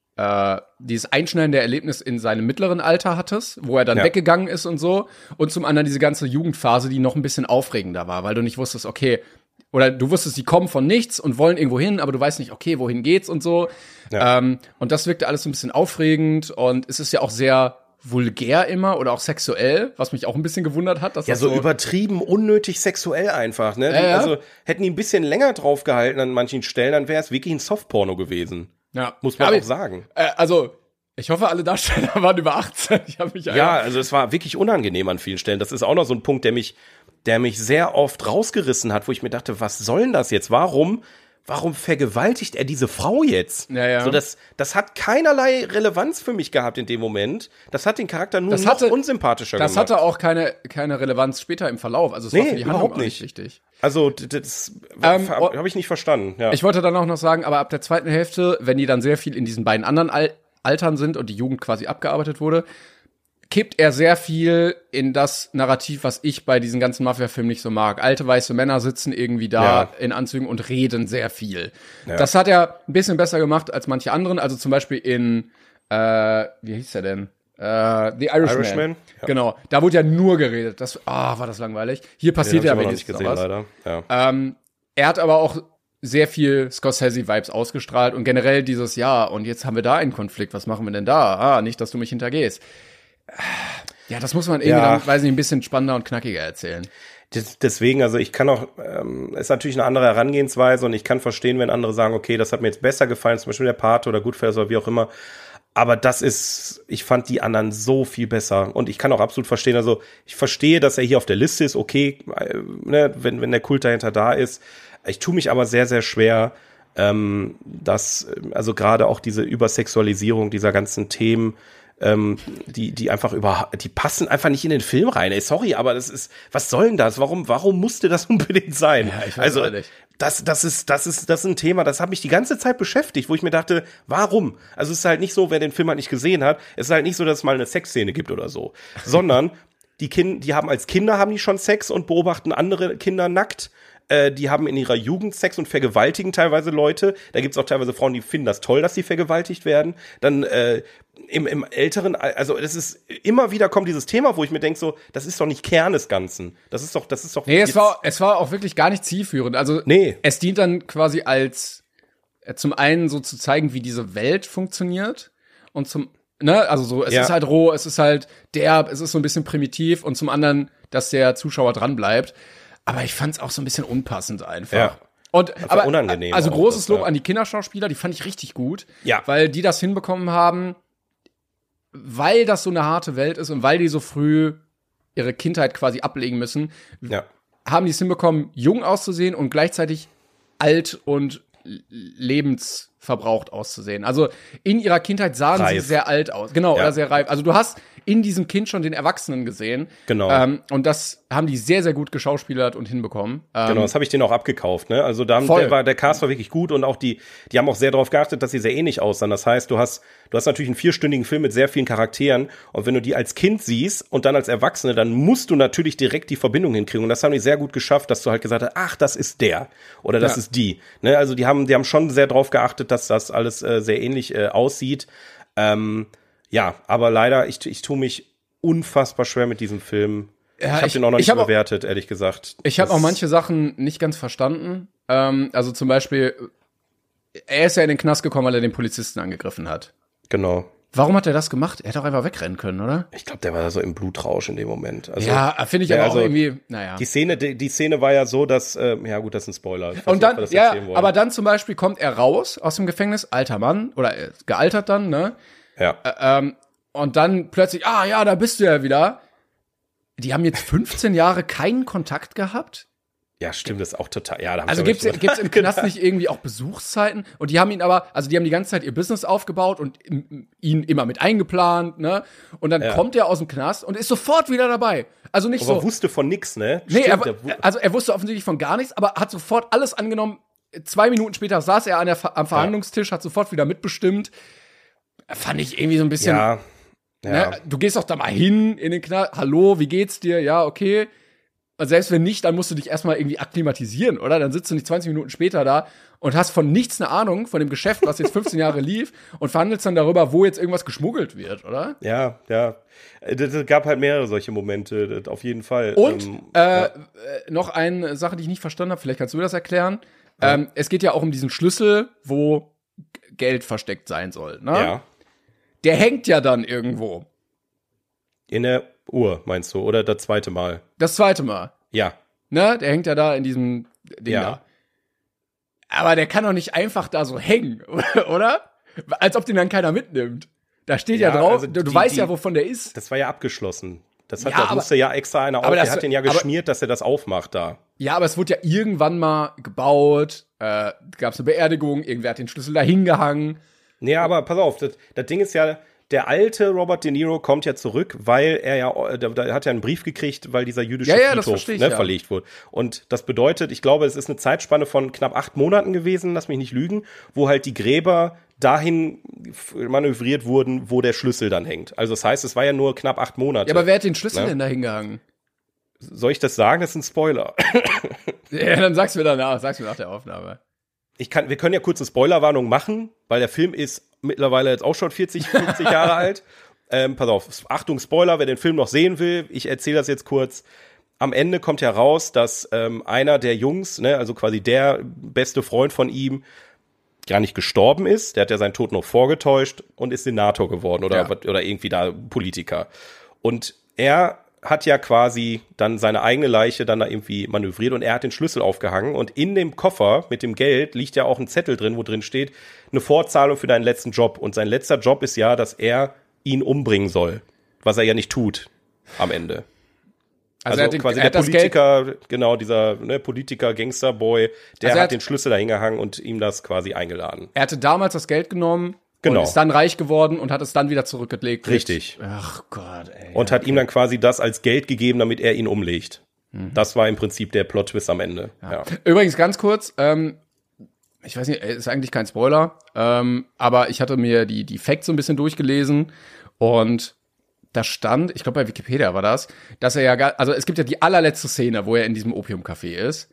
Äh, dieses einschneidende Erlebnis in seinem mittleren Alter hattest, wo er dann ja. weggegangen ist und so. Und zum anderen diese ganze Jugendphase, die noch ein bisschen aufregender war, weil du nicht wusstest, okay, oder du wusstest, die kommen von nichts und wollen irgendwo hin, aber du weißt nicht, okay, wohin geht's und so. Ja. Ähm, und das wirkte alles so ein bisschen aufregend und es ist ja auch sehr vulgär immer oder auch sexuell, was mich auch ein bisschen gewundert hat. Dass ja, das so, so übertrieben, unnötig sexuell einfach, ne? Ja, ja. Also hätten die ein bisschen länger drauf gehalten an manchen Stellen, dann wäre es wirklich ein Softporno gewesen. Ja. Muss man aber auch sagen. Äh, also, ich hoffe, alle Darsteller waren über achtzehn. Ich hab mich ja, also es war wirklich unangenehm an vielen Stellen. Das ist auch noch so ein Punkt, der mich, der mich sehr oft rausgerissen hat, wo ich mir dachte, was soll denn das jetzt? Warum, warum vergewaltigt er diese Frau jetzt? Ja, ja. So, das, das hat keinerlei Relevanz für mich gehabt in dem Moment. Das hat den Charakter nur das noch hatte, unsympathischer das gemacht. Das hatte auch keine, keine Relevanz später im Verlauf. Also es nee, war für die Handlung überhaupt auch nicht nicht wichtig. Also, das ähm, habe hab ich nicht verstanden. Ja. Ich wollte dann auch noch sagen, aber ab der zweiten Hälfte, wenn die dann sehr viel in diesen beiden anderen Al- Altern sind und die Jugend quasi abgearbeitet wurde, kippt er sehr viel in das Narrativ, was ich bei diesen ganzen Mafia-Filmen nicht so mag. Alte weiße Männer sitzen irgendwie da ja. in Anzügen und reden sehr viel. Ja. Das hat er ein bisschen besser gemacht als manche anderen. Also zum Beispiel in, äh, wie hieß der denn? Uh, The Irishman. Irishman? Ja. Genau, da wurde ja nur geredet. Das, ah, war das langweilig. Hier passiert ja wenigstens gesehen, was. leider. Ja. Ähm, er hat aber auch sehr viel Scorsese-Vibes ausgestrahlt und generell dieses, ja, und jetzt haben wir da einen Konflikt, was machen wir denn da? Ah, nicht, dass du mich hintergehst. Ja, das muss man irgendwie ja. dann, weiß nicht, ein bisschen spannender und knackiger erzählen. Deswegen, also ich kann auch, ähm, ist natürlich eine andere Herangehensweise und ich kann verstehen, wenn andere sagen, okay, das hat mir jetzt besser gefallen, zum Beispiel der Pate oder Goodfellas oder wie auch immer. Aber das ist, ich fand die anderen so viel besser. Und ich kann auch absolut verstehen, also ich verstehe, dass er hier auf der Liste ist, okay, äh, ne, wenn, wenn der Kult dahinter da ist. Ich tue mich aber sehr, sehr schwer, ähm, dass, also gerade auch diese Übersexualisierung dieser ganzen Themen, ähm, die, die einfach über, die passen einfach nicht in den Film rein. Ey, sorry, aber das ist, was soll denn das? Warum, warum musste das unbedingt sein? Ja, ich weiß also, auch nicht. Das, das ist, das ist, das ist ein Thema, das hat mich die ganze Zeit beschäftigt, wo ich mir dachte, warum? Also es ist halt nicht so, wer den Film halt nicht gesehen hat, es ist halt nicht so, dass es mal eine Sexszene gibt oder so, sondern die Kinder, die haben als Kinder haben die schon Sex und beobachten andere Kinder nackt. Äh, die haben in ihrer Jugend Sex und vergewaltigen teilweise Leute. Da gibt's auch teilweise Frauen, die finden das toll, dass sie vergewaltigt werden. Dann äh, im, im älteren, also das ist immer wieder kommt dieses Thema, wo ich mir denke, so, das ist doch nicht Kern des Ganzen. Das ist doch, das ist doch. Nee, es war, es war auch wirklich gar nicht zielführend. Also nee. Es dient dann quasi als äh, zum einen so zu zeigen, wie diese Welt funktioniert und zum Ne, also so, es ja. ist halt roh, es ist halt derb, es ist so ein bisschen primitiv und zum anderen, dass der Zuschauer dran bleibt. Aber ich fand's auch so ein bisschen unpassend einfach. Ja. Und einfach aber unangenehm also auch, großes das, Lob ja. an die Kinderschauspieler, die fand ich richtig gut, ja. weil die das hinbekommen haben, weil das so eine harte Welt ist und weil die so früh ihre Kindheit quasi ablegen müssen, ja. haben die es hinbekommen, jung auszusehen und gleichzeitig alt und lebensverbraucht auszusehen. Also in ihrer Kindheit sahen Reif. sie sehr alt aus. Genau, Ja. oder sehr reif. Also du hast in diesem Kind schon den Erwachsenen gesehen. Genau. Ähm, und das haben die sehr, sehr gut geschauspielert und hinbekommen. Ähm, Genau, das habe ich denen auch abgekauft, ne? Also da haben, Voll. der, war, der Cast war wirklich gut und auch die, die haben auch sehr darauf geachtet, dass sie sehr ähnlich aussahen. Das heißt, du hast, du hast natürlich einen vierstündigen Film mit sehr vielen Charakteren und wenn du die als Kind siehst und dann als Erwachsene, dann musst du natürlich direkt die Verbindung hinkriegen und das haben die sehr gut geschafft, dass du halt gesagt hast, ach, das ist der oder das Ja. ist die, ne? Also die haben, die haben schon sehr darauf geachtet, dass das alles äh, sehr ähnlich äh, aussieht. Ähm, ja, aber leider, ich, ich tue mich unfassbar schwer mit diesem Film. Ja, ich habe ich- den auch noch ich nicht hab auch- bewertet, ehrlich gesagt. Ich habe Das- auch manche Sachen nicht ganz verstanden. Ähm, also zum Beispiel, er ist ja in den Knast gekommen, weil er den Polizisten angegriffen hat. Genau. Warum hat er das gemacht? Er hätte auch einfach wegrennen können, oder? Ich glaube, der war so im Blutrausch in dem Moment. Also, Ja, finde ich ja, aber also auch irgendwie, naja. Die Szene, die, die Szene war ja so, dass, äh, ja gut, das ist ein Spoiler. Ich weiß Und nicht, dann, ob wir das ja, erzählen wollen. aber dann zum Beispiel kommt er raus aus dem Gefängnis, alter Mann, oder äh, gealtert dann, ne? ja. Ä- ähm, und dann plötzlich, ah ja, da bist du ja wieder. Die haben jetzt fünfzehn Jahre keinen Kontakt gehabt. ja, stimmt, das ist auch total, ja, da hab Also ich auch gibt's, recht gibt's im Knast gedacht. nicht irgendwie auch Besuchszeiten? Und die haben ihn aber, also die haben die ganze Zeit ihr Business aufgebaut und im- ihn immer mit eingeplant, ne? Und dann Ja. kommt er aus dem Knast und ist sofort wieder dabei. Also nicht Aber so. wusste von nix, ne? Nee, Stimmt, er, der wu- also er wusste offensichtlich von gar nichts, aber hat sofort alles angenommen. Zwei Minuten später saß er an der, Ver- am Verhandlungstisch, hat sofort wieder mitbestimmt. Fand ich irgendwie so ein bisschen, ja, ja. ne? Du gehst doch da mal hin in den Knast. Hallo, wie geht's dir? Ja, okay. Und selbst wenn nicht, dann musst du dich erstmal irgendwie akklimatisieren, oder? Dann sitzt du nicht zwanzig Minuten später da und hast von nichts eine Ahnung, von dem Geschäft, was jetzt fünfzehn Jahre lief und verhandelst dann darüber, wo jetzt irgendwas geschmuggelt wird, oder? Ja, ja. Es gab halt mehrere solche Momente, das auf jeden Fall. Und Ähm, äh, ja. äh, noch eine Sache, die ich nicht verstanden habe, vielleicht kannst du das erklären. Ähm, es geht ja auch um diesen Schlüssel, wo G- Geld versteckt sein soll. Ne? ja. Der hängt ja dann irgendwo. In der Uhr, meinst du? Oder das zweite Mal? Das zweite Mal. Ja. Ne? Der hängt ja da in diesem Ding Ja. da. Aber der kann doch nicht einfach da so hängen, oder? Als ob den dann keiner mitnimmt. Da steht ja, Ja, drauf, also du, du die- weißt die- ja, wovon der ist. Das war ja abgeschlossen. Das hat Ja, da aber- musste ja extra einer auf. aber Der das- hat den ja aber- geschmiert, dass er das aufmacht da. Ja, aber es wurde ja irgendwann mal gebaut, äh, gab es eine Beerdigung, irgendwer hat den Schlüssel da hingehangen. Nee, aber pass auf, das, das Ding ist ja, der alte Robert De Niro kommt ja zurück, weil er ja, der, der hat ja einen Brief gekriegt, weil dieser jüdische Ja, ja, das Friedhof verstehe ich, ne, ja. verlegt wurde. Und das bedeutet, ich glaube, es ist eine Zeitspanne von knapp acht Monaten gewesen, lass mich nicht lügen, wo halt die Gräber dahin f- manövriert wurden, wo der Schlüssel dann hängt. Also das heißt, es war ja nur knapp acht Monate. Ja, aber wer hat den Schlüssel Ne? denn da hingehangen? Soll ich das sagen? Das ist ein Spoiler. Ja, dann sag's mir danach, sag's mir nach der Aufnahme. Ich kann, wir können ja kurz eine Spoilerwarnung machen, weil der Film ist mittlerweile jetzt auch schon vierzig, fünfzig Jahre alt. Ähm, pass auf, Achtung, Spoiler, wer den Film noch sehen will, ich erzähle das jetzt kurz. Am Ende kommt heraus, dass ähm, einer der Jungs, ne, also quasi der beste Freund von ihm, gar nicht gestorben ist. Der hat ja seinen Tod noch vorgetäuscht und ist Senator geworden oder, Ja. wat- oder irgendwie da Politiker. Und er hat ja quasi dann seine eigene Leiche dann da irgendwie manövriert und er hat den Schlüssel aufgehangen und in dem Koffer mit dem Geld liegt ja auch ein Zettel drin, wo drin steht, eine Vorzahlung für deinen letzten Job. Und sein letzter Job ist ja, dass er ihn umbringen soll, was er ja nicht tut am Ende. Also, er hat den- quasi er der hat das Geld- Politiker, genau, dieser ne, Politiker, Gangsterboy, der Also er hat hat- den Schlüssel da hingehangen und ihm das quasi eingeladen. Er hatte damals das Geld genommen Genau. und ist dann reich geworden und hat es dann wieder zurückgelegt. mit- Richtig. Ach Gott, ey. Und hat ihm dann quasi das als Geld gegeben, damit er ihn umlegt. Mhm. Das war im Prinzip der Plot-Twist am Ende. Ja. Übrigens ganz kurz, ähm, ich weiß nicht, ist eigentlich kein Spoiler, ähm, aber ich hatte mir die, die Facts so ein bisschen durchgelesen und da stand, ich glaube bei Wikipedia war das, dass er ja, gar, also es gibt ja die allerletzte Szene, wo er in diesem Opiumcafé ist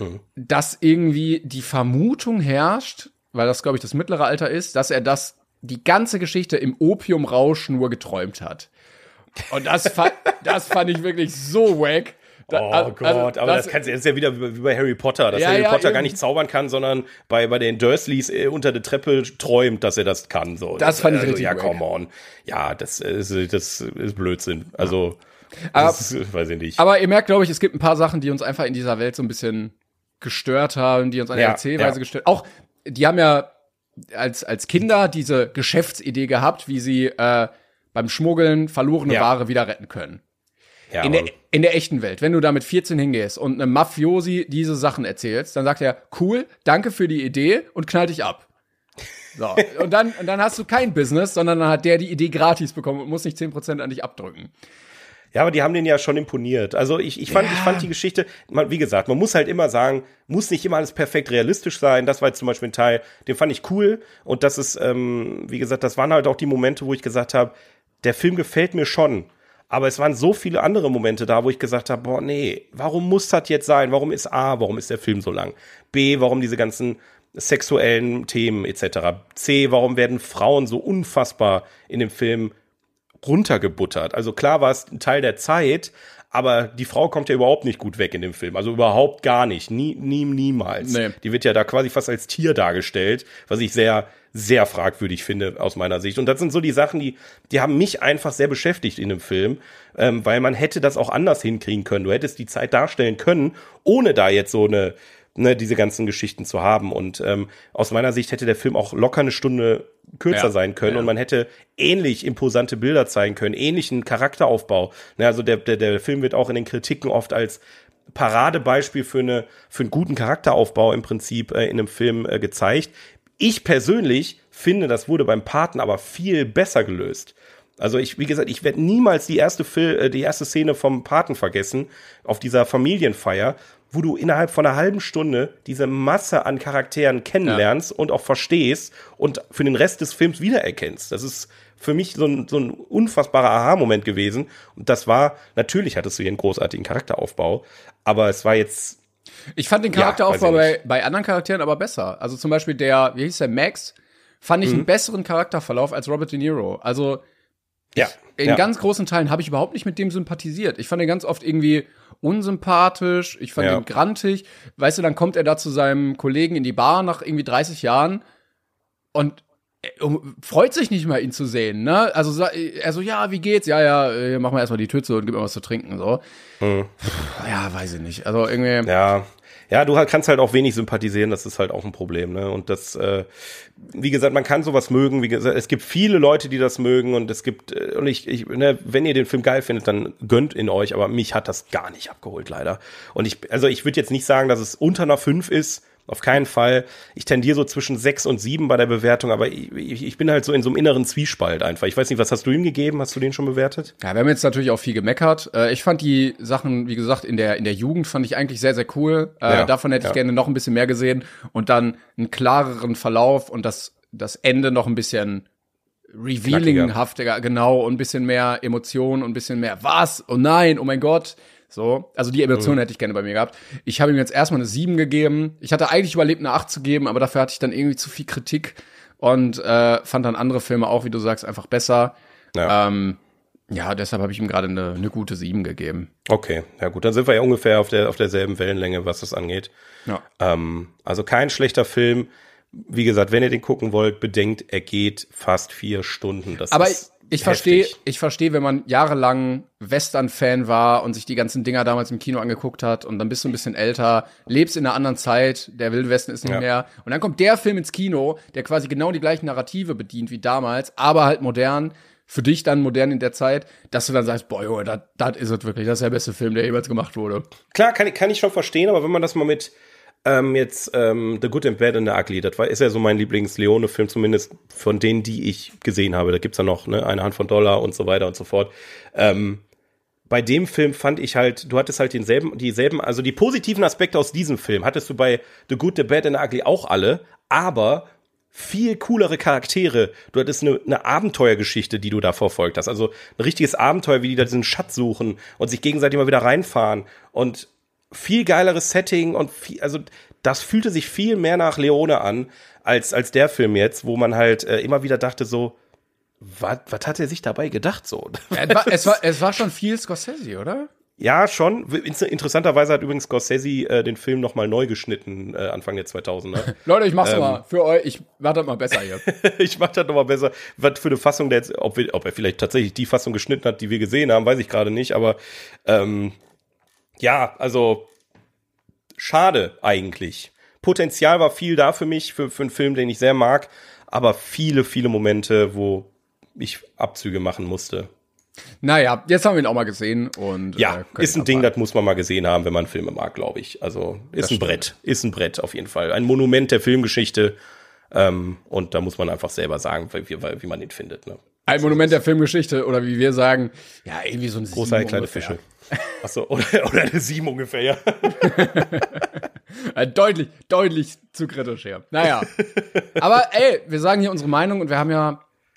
mhm. dass irgendwie die Vermutung herrscht, weil das, glaube ich, das mittlere Alter ist, dass er das die ganze Geschichte im Opiumrausch nur geträumt hat. Und das fand, das fand ich wirklich so wack. Da, oh also, Gott, aber das, das, kannst, das ist ja wieder wie bei Harry Potter, dass ja, Harry ja, Potter eben. gar nicht zaubern kann, sondern bei, bei den Dursleys äh, unter der Treppe träumt, dass er das kann. So. Das, das fand ich also, richtig Ja, wack. come on. Ja, das ist, das ist Blödsinn. Also, aber, das ist, weiß ich nicht. Aber ihr merkt, glaube ich, es gibt ein paar Sachen, die uns einfach in dieser Welt so ein bisschen gestört haben, die uns an der ja, Erzählweise ja. gestört haben. Auch, die haben ja als, als Kinder diese Geschäftsidee gehabt, wie sie äh, beim Schmuggeln verlorene ja. Ware wieder retten können. Ja, in, der, in der echten Welt, wenn du da mit vierzehn hingehst und einem Mafiosi diese Sachen erzählst, dann sagt er, cool, danke für die Idee und knallt dich ab. So, und dann, und dann hast du kein Business, sondern dann hat der die Idee gratis bekommen und muss nicht zehn Prozent an dich abdrücken. Ja, aber die haben den ja schon imponiert. Also ich, ich fand, ja. ich fand die Geschichte, man, wie gesagt, man muss halt immer sagen, muss nicht immer alles perfekt realistisch sein. Das war jetzt zum Beispiel ein Teil, den fand ich cool. Und das ist, ähm, wie gesagt, das waren halt auch die Momente, wo ich gesagt habe, der Film gefällt mir schon. Aber es waren so viele andere Momente da, wo ich gesagt habe, boah, nee, warum muss das jetzt sein? Warum ist A, warum ist der Film so lang? B, warum diese ganzen sexuellen Themen et cetera. C, warum werden Frauen so unfassbar in dem Film runtergebuttert? Also klar war es ein Teil der Zeit, aber die Frau kommt ja überhaupt nicht gut weg in dem Film. Also überhaupt gar nicht. Nie, nie, niemals. Nee. Die wird ja da quasi fast als Tier dargestellt, was ich sehr, sehr fragwürdig finde aus meiner Sicht. Und das sind so die Sachen, die, die haben mich einfach sehr beschäftigt in dem Film, ähm, weil man hätte das auch anders hinkriegen können. Du hättest die Zeit darstellen können, ohne da jetzt so eine, ne, diese ganzen Geschichten zu haben. Und ähm, aus meiner Sicht hätte der Film auch locker eine Stunde kürzer ja, sein können ja. und man hätte ähnlich imposante Bilder zeigen können, ähnlichen Charakteraufbau. Ne, also der, der, der Film wird auch in den Kritiken oft als Paradebeispiel für eine für einen guten Charakteraufbau im Prinzip äh, in einem Film äh, gezeigt. Ich persönlich finde, das wurde beim Paten aber viel besser gelöst. Also ich, wie gesagt, ich werde niemals die erste Fil- äh, die erste Szene vom Paten vergessen, auf dieser Familienfeier, wo du innerhalb von einer halben Stunde diese Masse an Charakteren kennenlernst ja. und auch verstehst und für den Rest des Films wiedererkennst. Das ist für mich so ein, so ein unfassbarer Aha-Moment gewesen. Und das war, natürlich hattest du hier einen großartigen Charakteraufbau, aber es war jetzt... Ich fand den Charakteraufbau ja, bei, bei anderen Charakteren aber besser. Also zum Beispiel der, wie hieß der, Max, fand ich mhm. einen besseren Charakterverlauf als Robert De Niro. Also ja, in ja. ganz großen Teilen habe ich überhaupt nicht mit dem sympathisiert. Ich fand ihn ganz oft irgendwie unsympathisch, ich fand ja. ihn grantig. Weißt du, dann kommt er da zu seinem Kollegen in die Bar nach irgendwie dreißig Jahren und freut sich nicht mal, ihn zu sehen, ne? Also er so, ja, wie geht's? Ja, ja, machen wir erstmal die Tür zu und gib mir was zu trinken, so. Mhm. Ja, weiß ich nicht. Also irgendwie. Ja. Ja, du kannst halt auch wenig sympathisieren, das ist halt auch ein Problem, ne? Und das, äh, wie gesagt, man kann sowas mögen, wie gesagt, es gibt viele Leute, die das mögen und es gibt, äh, und ich, ich, ne, wenn ihr den Film geil findet, dann gönnt ihn euch, aber mich hat das gar nicht abgeholt, leider. Und ich, also ich würde jetzt nicht sagen, dass es unter einer fünf ist, auf keinen Fall. Ich tendiere so zwischen sechs und sieben bei der Bewertung, aber ich, ich, ich bin halt so in so einem inneren Zwiespalt einfach. Ich weiß nicht, was hast du ihm gegeben? Hast du den schon bewertet? Ja, wir haben jetzt natürlich auch viel gemeckert. Ich fand die Sachen, wie gesagt, in der in der Jugend fand ich eigentlich sehr, sehr cool. Ja, Davon hätte ich ja. gerne noch ein bisschen mehr gesehen und dann einen klareren Verlauf und das, das Ende noch ein bisschen revealinghaftiger, genau, und ein bisschen mehr Emotionen und ein bisschen mehr was? Oh nein, oh mein Gott. So, also die Emotionen mhm. hätte ich gerne bei mir gehabt. Ich habe ihm jetzt erstmal eine sieben gegeben. Ich hatte eigentlich überlebt, eine acht zu geben, aber dafür hatte ich dann irgendwie zu viel Kritik und äh, fand dann andere Filme auch, wie du sagst, einfach besser. Ja, ähm, ja deshalb habe ich ihm gerade eine, eine gute sieben gegeben. Okay, ja gut, dann sind wir ja ungefähr auf der auf derselben Wellenlänge, was das angeht. Ja. Ähm, also kein schlechter Film. Wie gesagt, wenn ihr den gucken wollt, bedenkt, er geht fast vier Stunden. Das aber ist ich verstehe, ich verstehe, wenn man jahrelang Western-Fan war und sich die ganzen Dinger damals im Kino angeguckt hat und dann bist du ein bisschen älter, lebst in einer anderen Zeit, der Wilde Westen ist nicht ja. mehr. Und dann kommt der Film ins Kino, der quasi genau die gleichen Narrative bedient wie damals, aber halt modern, für dich dann modern in der Zeit, dass du dann sagst, boah, Junge, das ist es wirklich, das ist der beste Film, der jemals gemacht wurde. Klar, kann, kann ich schon verstehen, aber wenn man das mal mit Ähm, jetzt ähm, The Good and Bad and the Ugly, das war, ist ja so mein Lieblings-Leone-Film, zumindest von denen, die ich gesehen habe. Da gibt's ja noch, ne, eine Handvoll Dollar und so weiter und so fort. Ähm, bei dem Film fand ich halt, du hattest halt denselben, dieselben, also die positiven Aspekte aus diesem Film hattest du bei The Good, the Bad and the Ugly auch alle, aber viel coolere Charaktere. Du hattest eine, eine Abenteuergeschichte, die du da verfolgt hast. Also ein richtiges Abenteuer, wie die da diesen Schatz suchen und sich gegenseitig mal wieder reinfahren und viel geileres Setting und viel, also das fühlte sich viel mehr nach Leone an, als, als der Film jetzt, wo man halt äh, immer wieder dachte so, was, was hat er sich dabei gedacht so? Ja, es, war, es, war, es war schon viel Scorsese, oder? Ja, schon. Interessanterweise hat übrigens Scorsese äh, den Film nochmal neu geschnitten, äh, Anfang der zweitausender. Leute, ich mach's ähm, mal für euch. Ich mach das mal besser hier. ich mach das nochmal besser. Was für eine Fassung der jetzt, ob, wir, ob er vielleicht tatsächlich die Fassung geschnitten hat, die wir gesehen haben, weiß ich gerade nicht. Aber ähm, ja, also schade eigentlich. Potenzial war viel da für mich, für, für einen Film, den ich sehr mag. Aber viele, viele Momente, wo ich Abzüge machen musste. Naja, jetzt haben wir ihn auch mal gesehen. Und ja, äh, ist ein Ding, das muss man mal gesehen haben, wenn man Filme mag, glaube ich. Also ist das ein stimmt. Brett, ist ein Brett auf jeden Fall. Ein Monument der Filmgeschichte. Ähm, und da muss man einfach selber sagen, wie, wie, wie man ihn findet. Ne? Ein Monument der Filmgeschichte oder wie wir sagen, ja, irgendwie so ein Sieben große kleine ungefähr. Fische. Achso, oder, oder eine Sieben ungefähr, ja. deutlich, deutlich zu kritisch her. Naja. Aber ey, wir sagen hier unsere Meinung und wir haben ja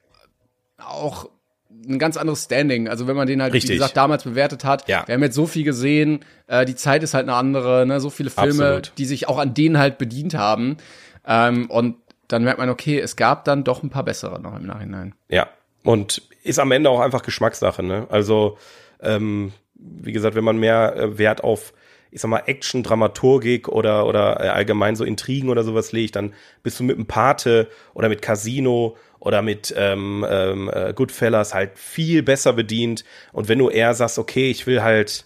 auch ein ganz anderes Standing. Also wenn man den halt, Richtig. wie gesagt, damals bewertet hat. Ja. Wir haben jetzt so viel gesehen, äh, die Zeit ist halt eine andere, ne? So viele Filme, Absolut. die sich auch an denen halt bedient haben. Ähm, und dann merkt man, okay, es gab dann doch ein paar bessere noch im Nachhinein. Ja, und ist am Ende auch einfach Geschmackssache, ne? Also, ähm, wie gesagt, wenn man mehr äh, Wert auf, ich sag mal, Action, Dramaturgik oder oder äh, allgemein so Intrigen oder sowas legt, dann bist du mit dem Pate oder mit Casino oder mit ähm, ähm, äh, Goodfellas halt viel besser bedient. Und wenn du eher sagst, okay, ich will halt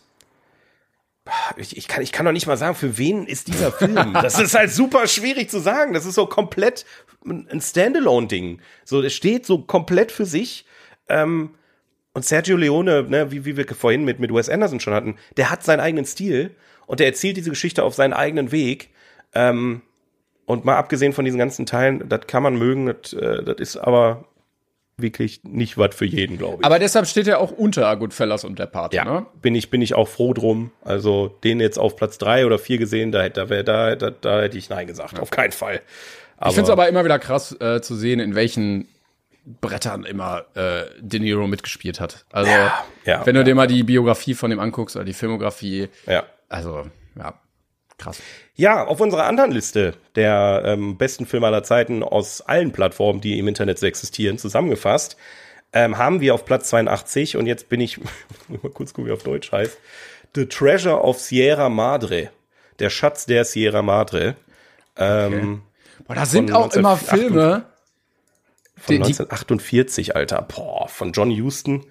Ich, ich, kann, ich kann doch nicht mal sagen, für wen ist dieser Film? Das ist halt super schwierig zu sagen. Das ist so komplett ein Standalone-Ding. So, es steht so komplett für sich. Ähm, und Sergio Leone, ne, wie, wie wir vorhin mit, mit Wes Anderson schon hatten, der hat seinen eigenen Stil und der erzählt diese Geschichte auf seinen eigenen Weg. Ähm, und mal abgesehen von diesen ganzen Teilen, das kann man mögen, das, äh, das ist aber wirklich nicht was für jeden, glaube ich. Aber deshalb steht er auch unter Goodfellas und der Pate, ja, ne? bin ich, bin ich auch froh drum. Also den jetzt auf Platz drei oder vier gesehen, da, da, wär, da, da, da hätte ich Nein gesagt. Ja. Auf keinen Fall. Aber ich finde es aber immer wieder krass äh, zu sehen, in welchen Brettern immer äh, De Niro mitgespielt hat. Also, ja, ja, wenn du ja. dir mal die Biografie von ihm anguckst oder die Filmografie, ja. also, ja, krass. Ja, auf unserer anderen Liste der ähm, besten Filme aller Zeiten aus allen Plattformen, die im Internet so existieren, zusammengefasst, ähm, haben wir auf Platz zweiundachtzig, und jetzt bin ich, mal kurz gucken, wie auf Deutsch heißt, The Treasure of Sierra Madre, der Schatz der Sierra Madre. Ähm, okay. Boah, da sind auch immer Filme, von neunzehnhundertachtundvierzig, Alter, boah, von John Huston.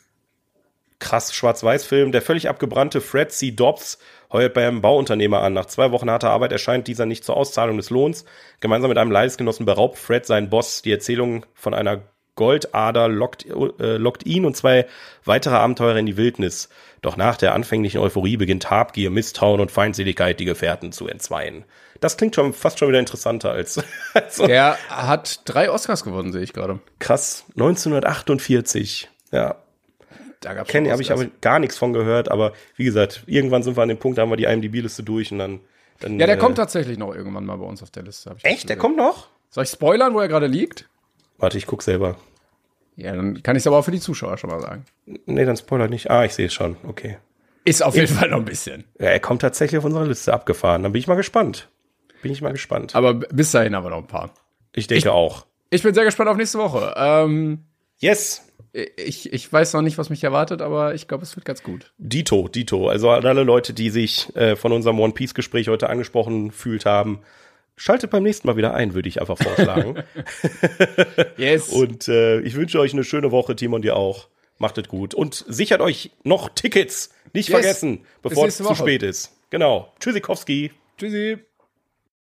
Krass, Schwarz-Weiß-Film. Der völlig abgebrannte Fred C. Dobbs heuert bei einem Bauunternehmer an. Nach zwei Wochen harter Arbeit erscheint dieser nicht zur Auszahlung des Lohns. Gemeinsam mit einem Leidensgenossen beraubt Fred seinen Boss. Die Erzählung von einer Goldader lockt, äh, lockt ihn und zwei weitere Abenteurer in die Wildnis. Doch nach der anfänglichen Euphorie beginnt Habgier, Misstrauen und Feindseligkeit, die Gefährten zu entzweien. Das klingt schon fast schon wieder interessanter als... als Der hat drei Oscars gewonnen, sehe ich gerade. Krass, neunzehnhundertachtundvierzig, ja. Da gab's Kenne, habe ich aber gar nichts von gehört, aber wie gesagt, irgendwann sind wir an dem Punkt, da haben wir die I M D B-Liste durch und dann, dann ja, der äh, kommt tatsächlich noch irgendwann mal bei uns auf der Liste. Hab ich echt? Der kommt noch? Soll ich spoilern, wo er gerade liegt? Warte, ich guck selber. Ja, dann kann ich es aber auch für die Zuschauer schon mal sagen. Nee, dann spoiler nicht. Ah, ich sehe es schon, okay. Ist auf jeden Fall noch ein bisschen. Ja, er kommt tatsächlich auf unserer Liste abgefahren. Dann bin ich mal gespannt. Bin ich mal gespannt. Aber bis dahin haben wir noch ein paar. Ich denke ich, auch. Ich bin sehr gespannt auf nächste Woche. Ähm, yes! Ich, ich weiß noch nicht, was mich erwartet, aber ich glaube, es wird ganz gut. Dito, Dito. Also an alle Leute, die sich äh, von unserem One-Piece-Gespräch heute angesprochen gefühlt haben, schaltet beim nächsten Mal wieder ein, würde ich einfach vorschlagen. Yes. Und äh, ich wünsche euch eine schöne Woche, Team, und ihr auch. Macht es gut. Und sichert euch noch Tickets. Nicht yes. vergessen, bevor es zu spät ist. Genau. Tschüssikowski. Tschüssi.